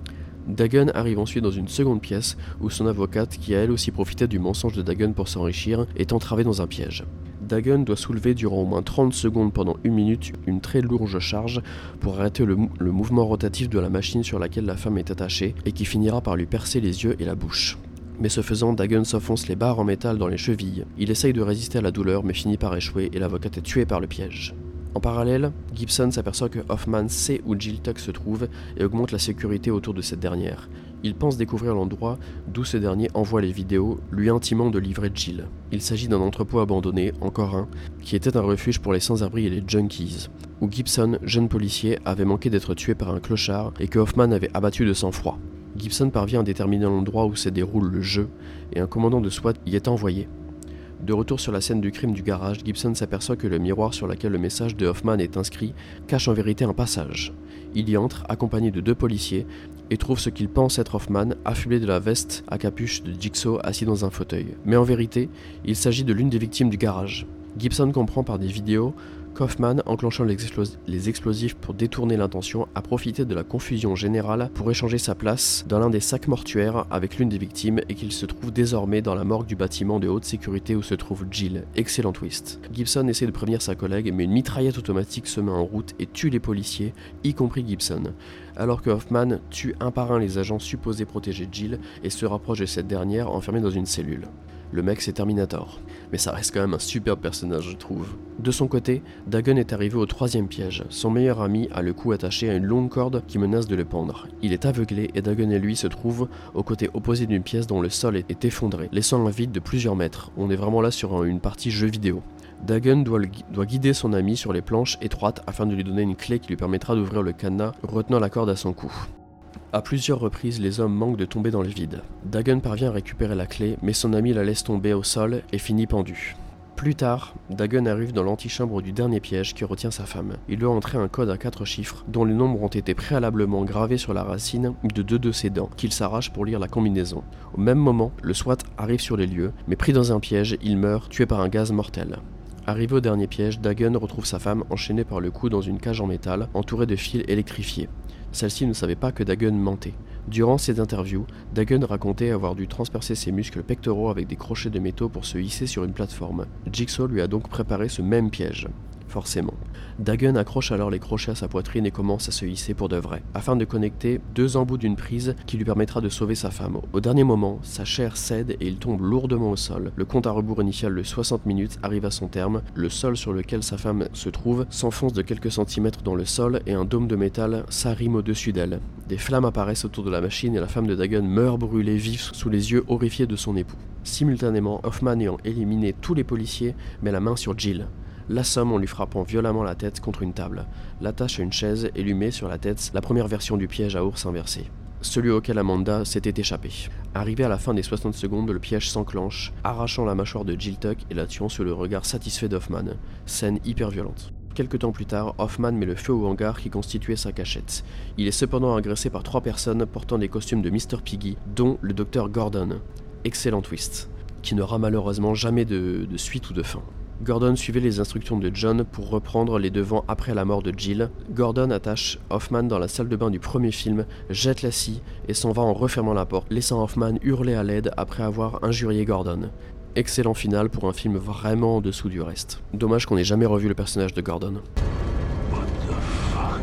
Dagon arrive ensuite dans une seconde pièce où son avocate, qui a elle aussi profité du mensonge de Dagon pour s'enrichir, est entravée dans un piège. Dagon doit soulever durant au moins 30 secondes pendant 1 minute une très lourde charge pour arrêter le mouvement rotatif de la machine sur laquelle la femme est attachée et qui finira par lui percer les yeux et la bouche. Mais ce faisant, Dagon s'enfonce les barres en métal dans les chevilles. Il essaye de résister à la douleur mais finit par échouer et l'avocate est tuée par le piège. En parallèle, Gibson s'aperçoit que Hoffman sait où Jill Tuck se trouve et augmente la sécurité autour de cette dernière. Il pense découvrir l'endroit d'où ce dernier envoie les vidéos, lui intimant de livrer Jill. Il s'agit d'un entrepôt abandonné, encore un, qui était un refuge pour les sans-abri et les junkies, où Gibson, jeune policier, avait manqué d'être tué par un clochard et que Hoffman avait abattu de sang-froid. Gibson parvient à déterminer l'endroit où se déroule le jeu et un commandant de SWAT y est envoyé. De retour sur la scène du crime du garage, Gibson s'aperçoit que le miroir sur lequel le message de Hoffman est inscrit cache en vérité un passage. Il y entre, accompagné de 2 policiers, et trouve ce qu'il pense être Hoffman, affublé de la veste à capuche de Jigsaw assis dans un fauteuil. Mais en vérité, il s'agit de l'une des victimes du garage. Gibson comprend par des vidéos qu'Hoffman, enclenchant les explosifs pour détourner l'intention, a profité de la confusion générale pour échanger sa place dans l'un des sacs mortuaires avec l'une des victimes et qu'il se trouve désormais dans la morgue du bâtiment de haute sécurité où se trouve Jill. Excellent twist. Gibson essaie de prévenir sa collègue mais une mitraillette automatique se met en route et tue les policiers, y compris Gibson. Alors que Hoffman tue un par un les agents supposés protéger Jill et se rapproche de cette dernière enfermée dans une cellule. Le mec c'est Terminator. Mais ça reste quand même un superbe personnage je trouve. De son côté, Dagon est arrivé au 3e piège. Son meilleur ami a le cou attaché à une longue corde qui menace de le pendre. Il est aveuglé et Dagon et lui se trouvent au côté opposé d'une pièce dont le sol est effondré, laissant un vide de plusieurs mètres. On est vraiment là sur une partie jeu vidéo. Dagon doit guider son ami sur les planches étroites afin de lui donner une clé qui lui permettra d'ouvrir le cadenas retenant la corde à son cou. À plusieurs reprises, les hommes manquent de tomber dans le vide. Dagon parvient à récupérer la clé, mais son ami la laisse tomber au sol et finit pendu. Plus tard, Dagon arrive dans l'antichambre du dernier piège qui retient sa femme. Il doit entrer un code à 4 chiffres, dont les nombres ont été préalablement gravés sur la racine de 2 de ses dents, qu'il s'arrache pour lire la combinaison. Au même moment, le SWAT arrive sur les lieux, mais pris dans un piège, il meurt, tué par un gaz mortel. Arrivé au dernier piège, Dagon retrouve sa femme enchaînée par le cou dans une cage en métal, entourée de fils électrifiés. Celle-ci ne savait pas que Dagon mentait. Durant cette interview, Dagon racontait avoir dû transpercer ses muscles pectoraux avec des crochets de métaux pour se hisser sur une plateforme. Jigsaw lui a donc préparé ce même piège. Forcément. Dagon accroche alors les crochets à sa poitrine et commence à se hisser pour de vrai, afin de connecter 2 embouts d'une prise qui lui permettra de sauver sa femme. Au dernier moment, sa chair cède et il tombe lourdement au sol. Le compte à rebours initial de 60 minutes arrive à son terme, le sol sur lequel sa femme se trouve s'enfonce de quelques centimètres dans le sol et un dôme de métal s'arrime au-dessus d'elle. Des flammes apparaissent autour de la machine et la femme de Dagon meurt brûlée vive sous les yeux horrifiés de son époux. Simultanément, Hoffman ayant éliminé tous les policiers met la main sur Jill. L'assomme en lui frappant violemment la tête contre une table, l'attache à une chaise et lui met sur la tête la première version du piège à ours inversé, celui auquel Amanda s'était échappée. Arrivé à la fin des 60 secondes, le piège s'enclenche, arrachant la mâchoire de Jill Tuck et la tuant sur le regard satisfait d'Hoffman. Scène hyper violente. Quelque temps plus tard, Hoffman met le feu au hangar qui constituait sa cachette. Il est cependant agressé par 3 personnes portant des costumes de Mr. Piggy, dont le Dr. Gordon. Excellent twist, qui n'aura malheureusement jamais de suite ou de fin. Gordon suivait les instructions de John pour reprendre les devants après la mort de Jill. Gordon attache Hoffman dans la salle de bain du premier film, jette la scie et s'en va en refermant la porte, laissant Hoffman hurler à l'aide après avoir injurié Gordon. Excellent final pour un film vraiment en dessous du reste. Dommage qu'on n'ait jamais revu le personnage de Gordon. What the fuck?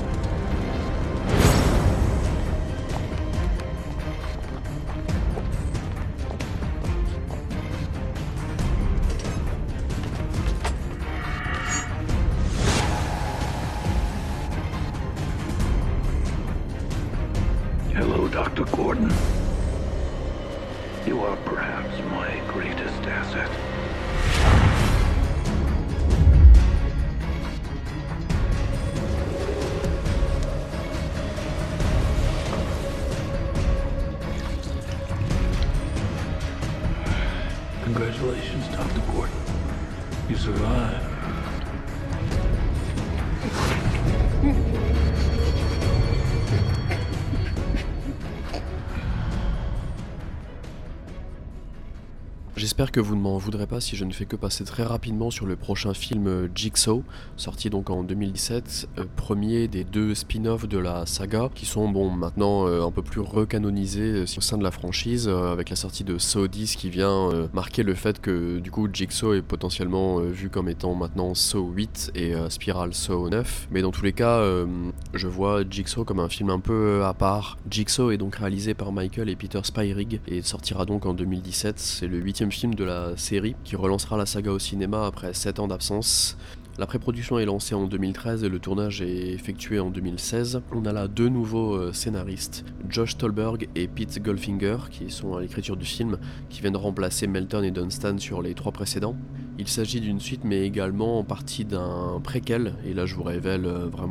Hello, Dr. Gordon. You are perhaps my greatest asset. Congratulations, Dr. Gordon. You survived. J'espère que vous ne m'en voudrez pas si je ne fais que passer très rapidement sur le prochain film Jigsaw, sorti donc en 2017, premier des 2 spin-offs de la saga, qui sont maintenant un peu plus recanonisés au sein de la franchise, avec la sortie de Saw 10 qui vient marquer le fait que du coup Jigsaw est potentiellement vu comme étant maintenant Saw 8 et Spiral Saw 9, mais dans tous les cas, je vois Jigsaw comme un film un peu à part. Jigsaw est donc réalisé par Michael et Peter Spyrig et sortira donc en 2017, c'est le 8e film de la série qui relancera la saga au cinéma après 7 ans d'absence. La pré-production est lancée en 2013 et le tournage est effectué en 2016. On a là 2 nouveaux scénaristes, Josh Stolberg et Pete Goldfinger, qui sont à l'écriture du film, qui viennent remplacer Melton et Dunstan sur les 3 précédents. Il s'agit d'une suite mais également en partie d'un préquel, et là je vous révèle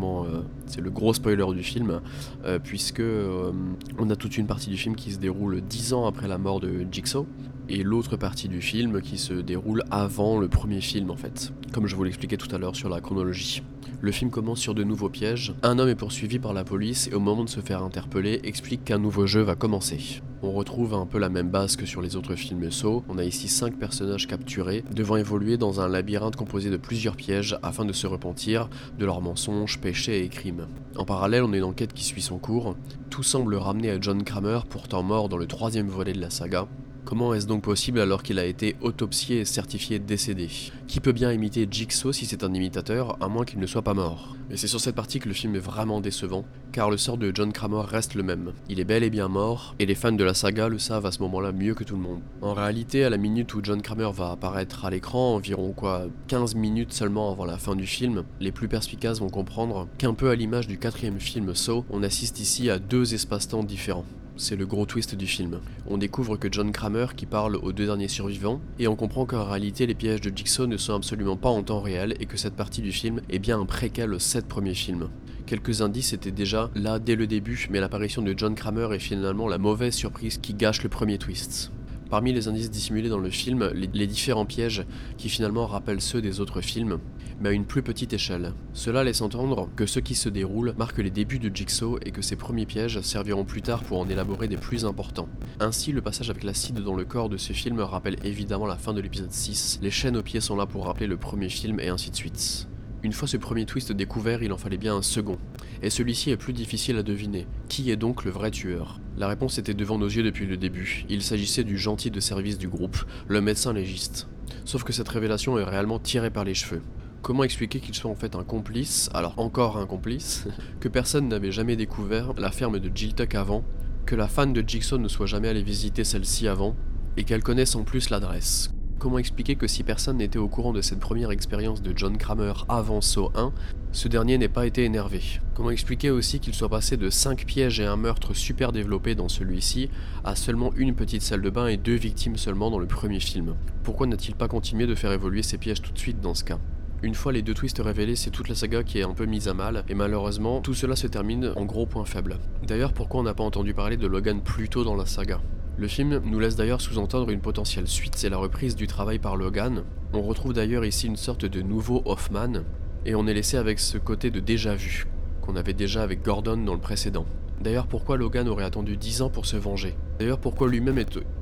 c'est le gros spoiler du film, puisque on a toute une partie du film qui se déroule 10 ans après la mort de Jigsaw, et l'autre partie du film qui se déroule avant le premier film en fait, comme je vous l'expliquais tout à l'heure sur la chronologie. Le film commence sur de nouveaux pièges, un homme est poursuivi par la police et au moment de se faire interpeller explique qu'un nouveau jeu va commencer. On retrouve un peu la même base que sur les autres films Saw, on a ici 5 personnages capturés, devant évoluer dans un labyrinthe composé de plusieurs pièges afin de se repentir de leurs mensonges, péchés et crimes. En parallèle, on a une enquête qui suit son cours, tout semble ramener à John Kramer, pourtant mort dans le 3e volet de la saga. Comment est-ce donc possible alors qu'il a été autopsié et certifié décédé? Qui peut bien imiter Jigsaw si c'est un imitateur, à moins qu'il ne soit pas mort? Mais c'est sur cette partie que le film est vraiment décevant, car le sort de John Kramer reste le même. Il est bel et bien mort, et les fans de la saga le savent à ce moment-là mieux que tout le monde. En réalité, à la minute où John Kramer va apparaître à l'écran, environ 15 minutes seulement avant la fin du film, les plus perspicaces vont comprendre qu'un peu à l'image du 4e film Saw, on assiste ici à 2 espaces-temps différents. C'est le gros twist du film. On découvre que John Kramer qui parle aux 2 derniers survivants, et on comprend qu'en réalité les pièges de Jigsaw ne sont absolument pas en temps réel et que cette partie du film est bien un préquel aux 7 premiers films. Quelques indices étaient déjà là dès le début, mais l'apparition de John Kramer est finalement la mauvaise surprise qui gâche le premier twist. Parmi les indices dissimulés dans le film, les différents pièges qui finalement rappellent ceux des autres films, mais à une plus petite échelle. Cela laisse entendre que ce qui se déroule marque les débuts de Jigsaw et que ces premiers pièges serviront plus tard pour en élaborer des plus importants. Ainsi, le passage avec l'acide dans le corps de ce film rappelle évidemment la fin de l'épisode 6, les chaînes aux pieds sont là pour rappeler le premier film et ainsi de suite. Une fois ce premier twist découvert, il en fallait bien un second. Et celui-ci est plus difficile à deviner. Qui est donc le vrai tueur? La réponse était devant nos yeux depuis le début. Il s'agissait du gentil de service du groupe, le médecin légiste. Sauf que cette révélation est réellement tirée par les cheveux. Comment expliquer qu'il soit en fait un complice, alors encore un complice, que personne n'avait jamais découvert la ferme de Jill Tuck avant, que la fan de Jigsaw ne soit jamais allée visiter celle-ci avant, et qu'elle connaisse en plus l'adresse? Comment expliquer que si personne n'était au courant de cette première expérience de John Kramer avant Saw 1, ce dernier n'ait pas été énervé? Comment expliquer aussi qu'il soit passé de 5 pièges et un meurtre super développé dans celui-ci, à seulement une petite salle de bain et 2 victimes seulement dans le premier film? Pourquoi n'a-t-il pas continué de faire évoluer ses pièges tout de suite dans ce cas? Une fois les 2 twists révélés, c'est toute la saga qui est un peu mise à mal, et malheureusement, tout cela se termine en gros point faible. D'ailleurs, pourquoi on n'a pas entendu parler de Logan plus tôt dans la saga? Le film nous laisse d'ailleurs sous-entendre une potentielle suite, c'est la reprise du travail par Logan. On retrouve d'ailleurs ici une sorte de nouveau Hoffman, et on est laissé avec ce côté de déjà-vu, qu'on avait déjà avec Gordon dans le précédent. D'ailleurs, pourquoi Logan aurait attendu 10 ans pour se venger? D'ailleurs, pourquoi lui-même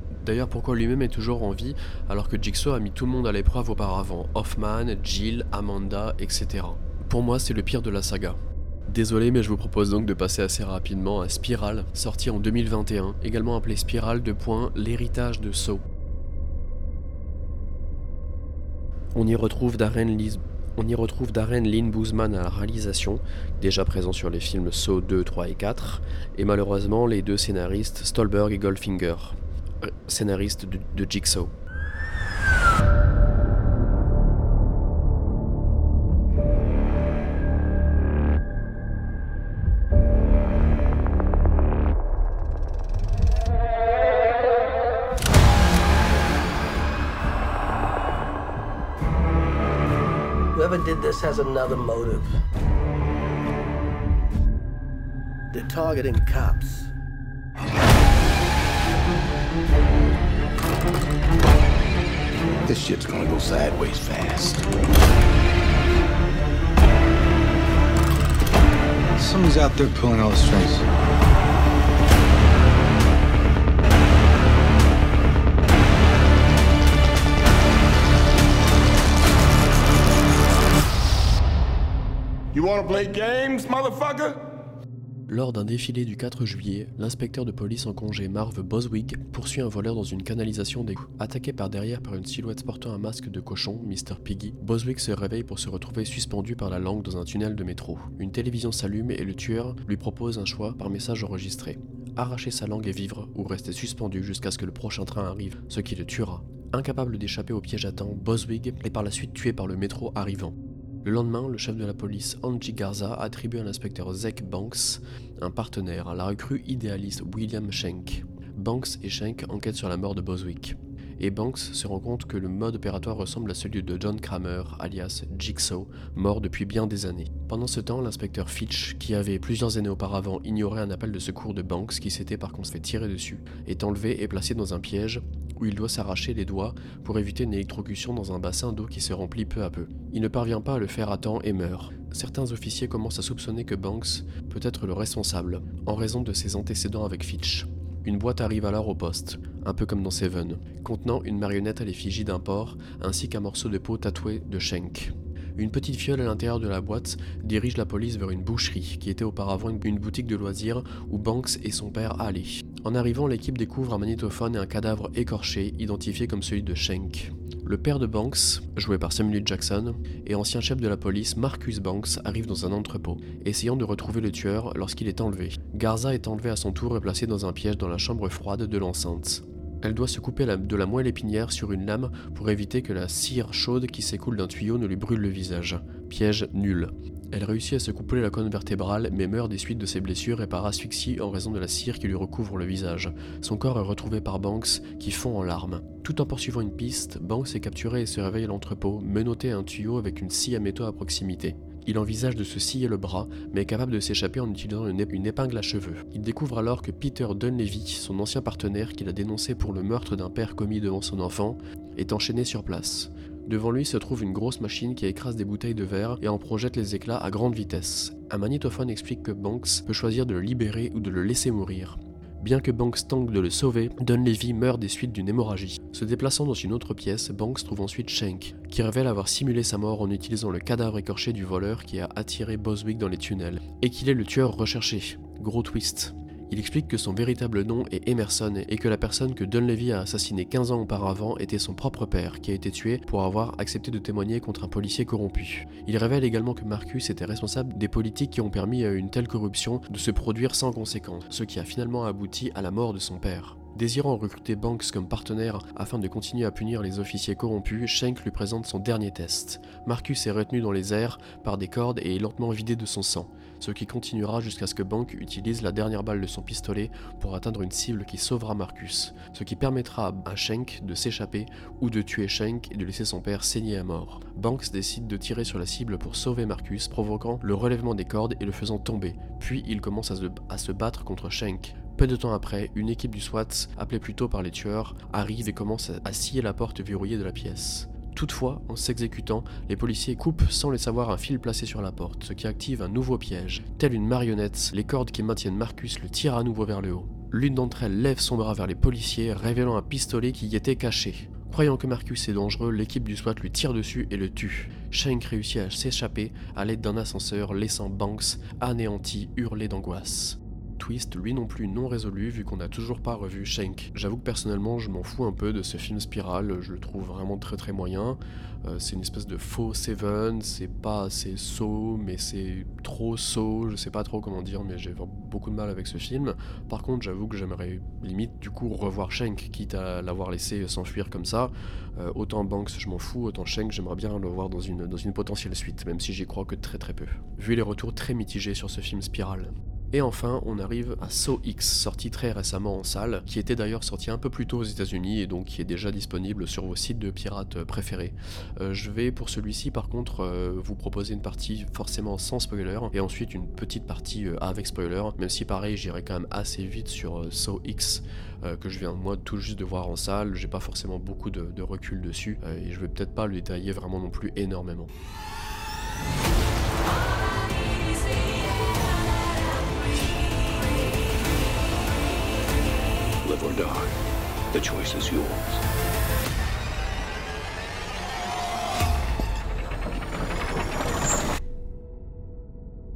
est toujours en vie alors que Jigsaw a mis tout le monde à l'épreuve auparavant, Hoffman, Jill, Amanda, etc. Pour moi, c'est le pire de la saga. Désolé, mais je vous propose donc de passer assez rapidement à Spiral, sorti en 2021, également appelé Spiral : l'héritage de Saw. On y retrouve Darren Lynn Bousman à la réalisation, déjà présent sur les films Saw 2, 3 et 4, et malheureusement les 2 scénaristes Stolberg et Goldfinger, scénaristes de Jigsaw. Whoever did this has another motive. They're targeting cops. This shit's gonna go sideways fast. Someone's out there pulling all the strings. wanna play games, motherfucker? Lors d'un défilé du 4 juillet, l'inspecteur de police en congé Marv Boswig poursuit un voleur dans une canalisation d'égout. Attaqué par derrière par une silhouette portant un masque de cochon, Mr. Piggy, Boswig se réveille pour se retrouver suspendu par la langue dans un tunnel de métro. Une télévision s'allume et le tueur lui propose un choix par message enregistré. Arracher sa langue et vivre, ou rester suspendu jusqu'à ce que le prochain train arrive, ce qui le tuera. Incapable d'échapper au piège à temps, Boswig est par la suite tué par le métro arrivant. Le lendemain, le chef de la police, Angie Garza, attribue à l'inspecteur Zeke Banks, un partenaire, la recrue idéaliste William Schenck. Banks et Schenck enquêtent sur la mort de Boswig. Et Banks se rend compte que le mode opératoire ressemble à celui de John Kramer, alias Jigsaw, mort depuis bien des années. Pendant ce temps, l'inspecteur Fitch, qui avait plusieurs années auparavant ignoré un appel de secours de Banks qui s'était par contre fait tirer dessus, est enlevé et placé dans un piège où il doit s'arracher les doigts pour éviter une électrocution dans un bassin d'eau qui se remplit peu à peu. Il ne parvient pas à le faire à temps et meurt. Certains officiers commencent à soupçonner que Banks peut être le responsable, en raison de ses antécédents avec Fitch. Une boîte arrive alors au poste, un peu comme dans Seven, contenant une marionnette à l'effigie d'un porc ainsi qu'un morceau de peau tatoué de Schenck. Une petite fiole à l'intérieur de la boîte dirige la police vers une boucherie qui était auparavant une boutique de loisirs où Banks et son père allaient. En arrivant, l'équipe découvre un magnétophone et un cadavre écorché identifié comme celui de Schenck. Le père de Banks, joué par Samuel Jackson, et ancien chef de la police Marcus Banks arrive dans un entrepôt, essayant de retrouver le tueur lorsqu'il est enlevé. Garza est enlevé à son tour et placé dans un piège dans la chambre froide de l'enceinte. Elle doit se couper de la moelle épinière sur une lame pour éviter que la cire chaude qui s'écoule d'un tuyau ne lui brûle le visage. Piège nul. Elle réussit à se couper la colonne vertébrale mais meurt des suites de ses blessures et par asphyxie en raison de la cire qui lui recouvre le visage. Son corps est retrouvé par Banks qui fond en larmes. Tout en poursuivant une piste, Banks est capturé et se réveille à l'entrepôt, menotté à un tuyau avec une scie à métaux à proximité. Il envisage de se scier le bras, mais est capable de s'échapper en utilisant une épingle à cheveux. Il découvre alors que Peter Dunleavy, son ancien partenaire qu'il a dénoncé pour le meurtre d'un père commis devant son enfant, est enchaîné sur place. Devant lui se trouve une grosse machine qui écrase des bouteilles de verre et en projette les éclats à grande vitesse. Un magnétophone explique que Banks peut choisir de le libérer ou de le laisser mourir. Bien que Banks tente de le sauver, Dunleavy meurt des suites d'une hémorragie. Se déplaçant dans une autre pièce, Banks trouve ensuite Schenck, qui révèle avoir simulé sa mort en utilisant le cadavre écorché du voleur qui a attiré Boswig dans les tunnels, et qu'il est le tueur recherché. Gros twist. Il explique que son véritable nom est Emerson et que la personne que Dunleavy a assassinée 15 ans auparavant était son propre père, qui a été tué pour avoir accepté de témoigner contre un policier corrompu. Il révèle également que Marcus était responsable des politiques qui ont permis à une telle corruption de se produire sans conséquence, ce qui a finalement abouti à la mort de son père. Désirant recruter Banks comme partenaire afin de continuer à punir les officiers corrompus, Schenck lui présente son dernier test. Marcus est retenu dans les airs par des cordes et est lentement vidé de son sang, ce qui continuera jusqu'à ce que Banks utilise la dernière balle de son pistolet pour atteindre une cible qui sauvera Marcus, ce qui permettra à Schenck de s'échapper ou de tuer Schenck et de laisser son père saigner à mort. Banks décide de tirer sur la cible pour sauver Marcus, provoquant le relèvement des cordes et le faisant tomber, puis il commence à se battre contre Schenck. Peu de temps après, une équipe du SWAT, appelée plus tôt par les tueurs, arrive et commence à scier la porte verrouillée de la pièce. Toutefois, en s'exécutant, les policiers coupent sans le savoir un fil placé sur la porte, ce qui active un nouveau piège. Telle une marionnette, les cordes qui maintiennent Marcus le tirent à nouveau vers le haut. L'une d'entre elles lève son bras vers les policiers, révélant un pistolet qui y était caché. Croyant que Marcus est dangereux, l'équipe du SWAT lui tire dessus et le tue. Schenck réussit à s'échapper à l'aide d'un ascenseur, laissant Banks anéanti hurler d'angoisse. Twist, lui non plus non résolu vu qu'on n'a toujours pas revu Schenck. J'avoue que personnellement je m'en fous un peu de ce film Spiral, je le trouve vraiment très moyen. C'est une espèce de faux Seven, c'est pas assez Saw, mais c'est trop Saw, je sais pas trop comment dire, mais j'ai beaucoup de mal avec ce film. Par contre j'avoue que j'aimerais limite du coup revoir Schenck, quitte à l'avoir laissé s'enfuir comme ça. Autant Banks je m'en fous, autant Schenck j'aimerais bien le voir dans une potentielle suite, même si j'y crois que très peu. Vu les retours très mitigés sur ce film Spiral. Et enfin, on arrive à Saw X, sorti très récemment en salle, qui était d'ailleurs sorti un peu plus tôt aux États-Unis et donc qui est déjà disponible sur vos sites de pirates préférés. Je vais pour celui-ci par contre vous proposer une partie forcément sans spoiler et ensuite une petite partie avec spoiler, même si pareil j'irai quand même assez vite sur Saw X que je viens moi tout juste de voir en salle, j'ai pas forcément beaucoup de recul dessus et je vais peut-être pas le détailler vraiment non plus énormément. Live or die, the choice is yours.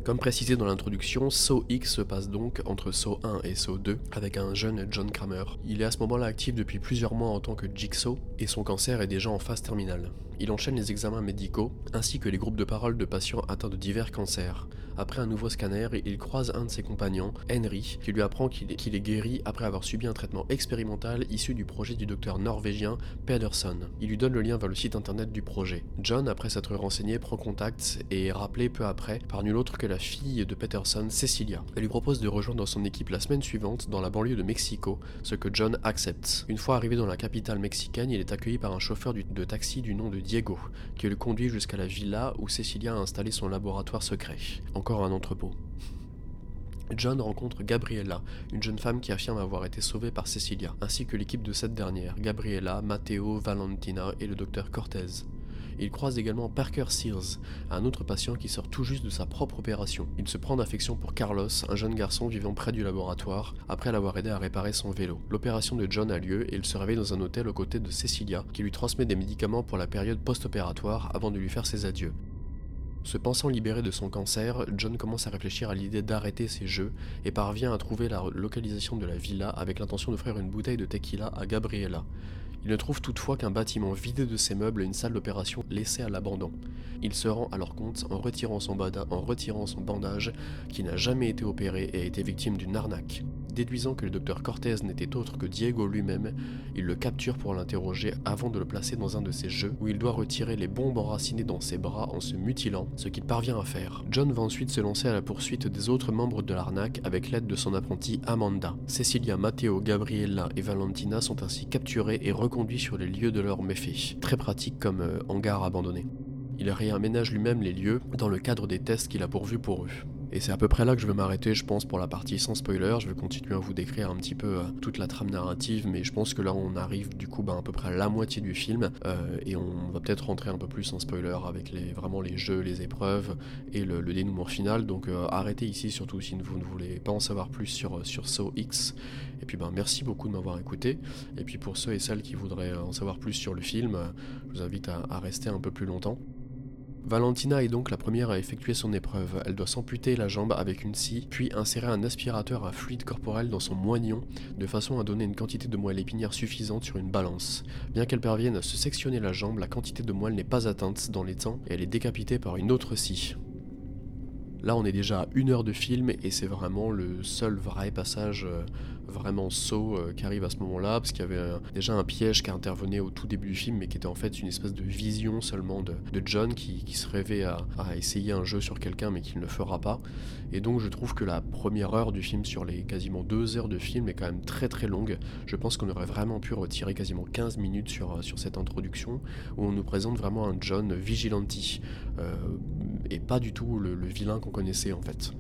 Comme précisé dans l'introduction, Saw X se passe donc entre Saw 1 et Saw 2 avec un jeune John Kramer. Il est à ce moment-là actif depuis plusieurs mois en tant que Jigsaw et son cancer est déjà en phase terminale. Il enchaîne les examens médicaux ainsi que les groupes de parole de patients atteints de divers cancers. Après un nouveau scanner, il croise un de ses compagnons, Henry, qui lui apprend qu'il est guéri après avoir subi un traitement expérimental issu du projet du docteur norvégien Pedersen. Il lui donne le lien vers le site internet du projet. John, après s'être renseigné, prend contact et est rappelé peu après par nul autre que la fille de Peterson, Cecilia. Elle lui propose de rejoindre son équipe la semaine suivante dans la banlieue de Mexico, ce que John accepte. Une fois arrivé dans la capitale mexicaine, il est accueilli par un chauffeur de taxi du nom de Diego, qui le conduit jusqu'à la villa où Cecilia a installé son laboratoire secret. Encore un entrepôt. John rencontre Gabriella, une jeune femme qui affirme avoir été sauvée par Cecilia, ainsi que l'équipe de cette dernière, Gabriella, Matteo, Valentina et le docteur Cortez. Il croise également Parker Sears, un autre patient qui sort tout juste de sa propre opération. Il se prend d'affection pour Carlos, un jeune garçon vivant près du laboratoire, après l'avoir aidé à réparer son vélo. L'opération de John a lieu et il se réveille dans un hôtel aux côtés de Cecilia, qui lui transmet des médicaments pour la période post-opératoire avant de lui faire ses adieux. Se pensant libéré de son cancer, John commence à réfléchir à l'idée d'arrêter ses jeux et parvient à trouver la localisation de la villa avec l'intention d'offrir une bouteille de tequila à Gabriella. Il ne trouve toutefois qu'un bâtiment vidé de ses meubles et une salle d'opération laissée à l'abandon. Il se rend alors compte en retirant son bandage qui n'a jamais été opéré et a été victime d'une arnaque. Déduisant que le docteur Cortez n'était autre que Diego lui-même, il le capture pour l'interroger avant de le placer dans un de ses jeux où il doit retirer les bombes enracinées dans ses bras en se mutilant, ce qu'il parvient à faire. John va ensuite se lancer à la poursuite des autres membres de l'arnaque avec l'aide de son apprentie Amanda. Cecilia, Matteo, Gabriella et Valentina sont ainsi capturés et reconduits sur les lieux de leurs méfaits. Très pratique comme hangar abandonné. Il réaménage lui-même les lieux dans le cadre des tests qu'il a pourvus pour eux. Et c'est à peu près là que je vais m'arrêter, je pense, pour la partie sans spoiler. Je vais continuer à vous décrire un petit peu toute la trame narrative, mais je pense que là on arrive du coup à peu près à la moitié du film, et on va peut-être rentrer un peu plus en spoiler avec vraiment les jeux, les épreuves et le dénouement final. Donc arrêtez ici, surtout si vous ne voulez pas en savoir plus sur Saw X. Et puis merci beaucoup de m'avoir écouté. Et puis pour ceux et celles qui voudraient en savoir plus sur le film, je vous invite à rester un peu plus longtemps. Valentina est donc la première à effectuer son épreuve. Elle doit s'amputer la jambe avec une scie, puis insérer un aspirateur à fluide corporel dans son moignon, de façon à donner une quantité de moelle épinière suffisante sur une balance. Bien qu'elle parvienne à se sectionner la jambe, la quantité de moelle n'est pas atteinte dans les temps et elle est décapitée par une autre scie. Là on est déjà à 1 heure de film et c'est vraiment le seul vrai passage vraiment Saw qui arrive à ce moment-là, parce qu'il y avait déjà un piège qui intervenait au tout début du film mais qui était en fait une espèce de vision seulement de John qui se rêvait à essayer un jeu sur quelqu'un mais qu'il ne le fera pas. Et donc je trouve que la première heure du film sur les quasiment 2 heures de film est quand même très très longue. Je pense qu'on aurait vraiment pu retirer quasiment 15 minutes sur cette introduction où on nous présente vraiment un John vigilante et pas du tout le vilain qu'on connaissait en fait.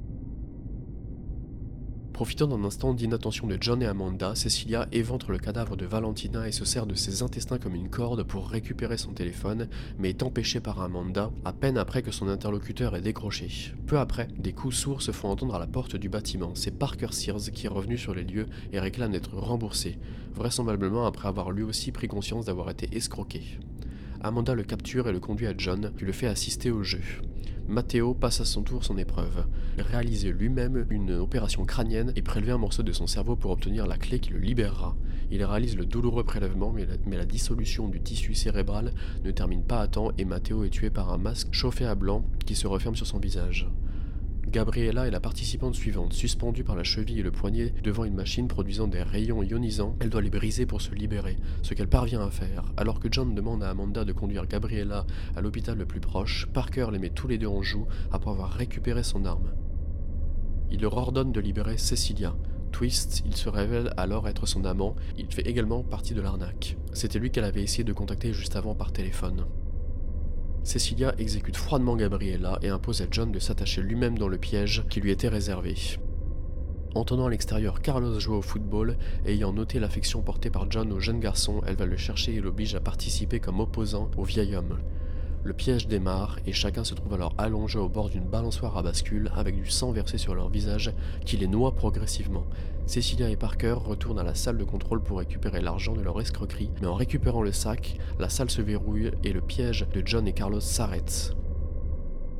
Profitant d'un instant d'inattention de John et Amanda, Cecilia éventre le cadavre de Valentina et se sert de ses intestins comme une corde pour récupérer son téléphone, mais est empêchée par Amanda à peine après que son interlocuteur est décroché. Peu après, des coups sourds se font entendre à la porte du bâtiment. C'est Parker Sears qui est revenu sur les lieux et réclame d'être remboursé, vraisemblablement après avoir lui aussi pris conscience d'avoir été escroqué. Amanda le capture et le conduit à John, qui le fait assister au jeu. Matteo passe à son tour son épreuve. Réaliser lui-même une opération crânienne et prélever un morceau de son cerveau pour obtenir la clé qui le libérera. Il réalise le douloureux prélèvement, mais la dissolution du tissu cérébral ne termine pas à temps et Matteo est tué par un masque chauffé à blanc qui se referme sur son visage. Gabriella est la participante suivante, suspendue par la cheville et le poignet devant une machine produisant des rayons ionisants. Elle doit les briser pour se libérer, ce qu'elle parvient à faire. Alors que John demande à Amanda de conduire Gabriella à l'hôpital le plus proche, Parker les met tous les deux en joue après avoir récupéré son arme. Il leur ordonne de libérer Cecilia. Twist, il se révèle alors être son amant, il fait également partie de l'arnaque. C'était lui qu'elle avait essayé de contacter juste avant par téléphone. Cecilia exécute froidement Gabriella et impose à John de s'attacher lui-même dans le piège qui lui était réservé. Entendant à l'extérieur Carlos jouer au football et ayant noté l'affection portée par John au jeune garçon, elle va le chercher et l'oblige à participer comme opposant au vieil homme. Le piège démarre et chacun se trouve alors allongé au bord d'une balançoire à bascule avec du sang versé sur leur visage qui les noie progressivement. Cecilia et Parker retournent à la salle de contrôle pour récupérer l'argent de leur escroquerie, mais en récupérant le sac, la salle se verrouille et le piège de John et Carlos s'arrête.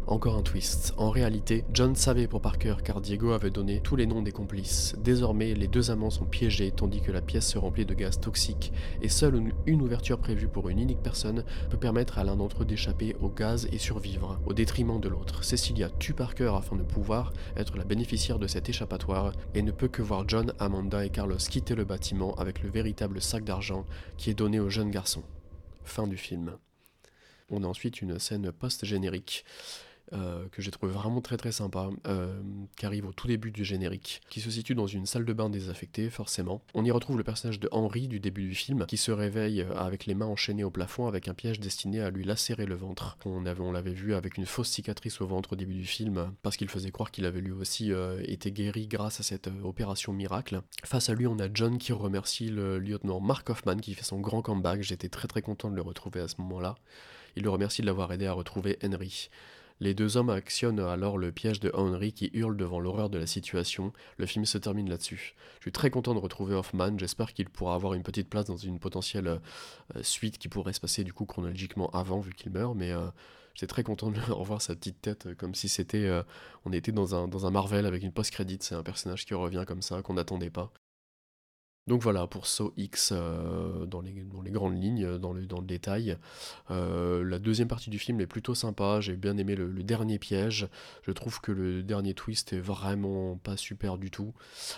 Encore un twist. En réalité, John savait pour Parker car Diego avait donné tous les noms des complices. Désormais, les deux amants sont piégés tandis que la pièce se remplit de gaz toxiques et seule une ouverture prévue pour une unique personne peut permettre à l'un d'entre eux d'échapper au gaz et survivre, au détriment de l'autre. Cecilia tue Parker afin de pouvoir être la bénéficiaire de cet échappatoire et ne peut que voir John, Amanda et Carlos quitter le bâtiment avec le véritable sac d'argent qui est donné au jeune garçon. Fin du film. On a ensuite une scène post-générique que j'ai trouvé vraiment très très sympa, qui arrive au tout début du générique, qui se situe dans une salle de bain désaffectée, forcément. On y retrouve le personnage de Henry du début du film, qui se réveille avec les mains enchaînées au plafond avec un piège destiné à lui lacérer le ventre. On l'avait vu avec une fausse cicatrice au ventre au début du film, parce qu'il faisait croire qu'il avait lui aussi été guéri grâce à cette opération miracle. Face à lui, on a John qui remercie le lieutenant Mark Hoffman qui fait son grand comeback. J'étais très très content de le retrouver à ce moment-là. Il le remercie de l'avoir aidé à retrouver Henry. Les deux hommes actionnent alors le piège de Henry qui hurle devant l'horreur de la situation. Le film se termine là-dessus. Je suis très content de retrouver Hoffman, j'espère qu'il pourra avoir une petite place dans une potentielle suite qui pourrait se passer du coup chronologiquement avant vu qu'il meurt, mais j'étais très content de revoir sa petite tête comme si c'était on était dans un Marvel avec une post-credit, c'est un personnage qui revient comme ça, qu'on n'attendait pas. Donc voilà, pour Saw X, dans les grandes lignes, dans le détail. La deuxième partie du film est plutôt sympa, j'ai bien aimé le dernier piège. Je trouve que le dernier twist est vraiment pas super du tout.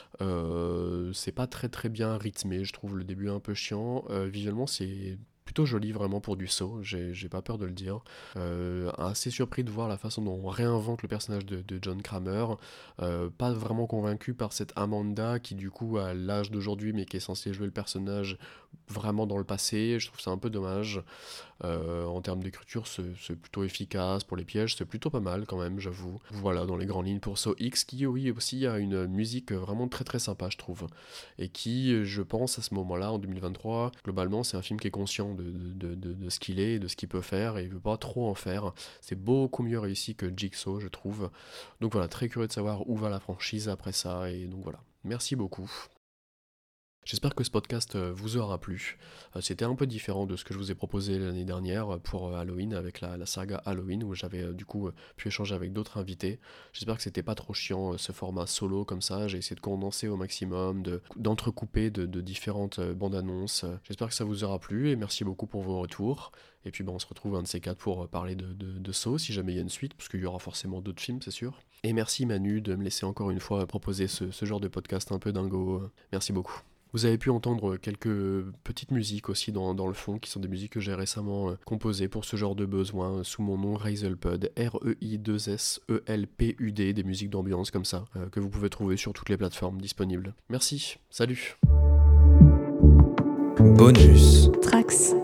C'est pas très très bien rythmé, je trouve le début un peu chiant. Visuellement, c'est plutôt joli vraiment pour du Saw, j'ai pas peur de le dire. Assez surpris de voir la façon dont on réinvente le personnage de John Kramer. Pas vraiment convaincu par cette Amanda qui du coup a l'âge d'aujourd'hui mais qui est censée jouer le personnage vraiment dans le passé. Je trouve ça un peu dommage. En termes d'écriture, c'est plutôt efficace. Pour les pièges, c'est plutôt pas mal quand même, j'avoue. Voilà, dans les grandes lignes pour Saw X, qui oui aussi a une musique vraiment très très sympa, je trouve. Et qui, je pense, à ce moment-là, en 2023, globalement, c'est un film qui est conscient de ce qu'il est, de ce qu'il peut faire, et il veut pas trop en faire. C'est beaucoup mieux réussi que Jigsaw, je trouve. Donc voilà, très curieux de savoir où va la franchise après ça, et donc voilà. Merci beaucoup. J'espère que ce podcast vous aura plu. C'était un peu différent de ce que je vous ai proposé l'année dernière pour Halloween, avec la saga Halloween, où j'avais du coup pu échanger avec d'autres invités. J'espère que c'était pas trop chiant ce format solo comme ça. J'ai essayé de condenser au maximum, d'entrecouper de différentes bandes annonces. J'espère que ça vous aura plu et merci beaucoup pour vos retours. Et puis on se retrouve un de ces quatre pour parler de Saw, si jamais il y a une suite, parce qu'il y aura forcément d'autres films, c'est sûr. Et merci Manu de me laisser encore une fois proposer ce genre de podcast un peu dingo. Merci beaucoup. Vous avez pu entendre quelques petites musiques aussi dans le fond, qui sont des musiques que j'ai récemment composées pour ce genre de besoin, sous mon nom Reiselpud, REI2SELPUD, des musiques d'ambiance comme ça, que vous pouvez trouver sur toutes les plateformes disponibles. Merci, salut. Bonus. Trax.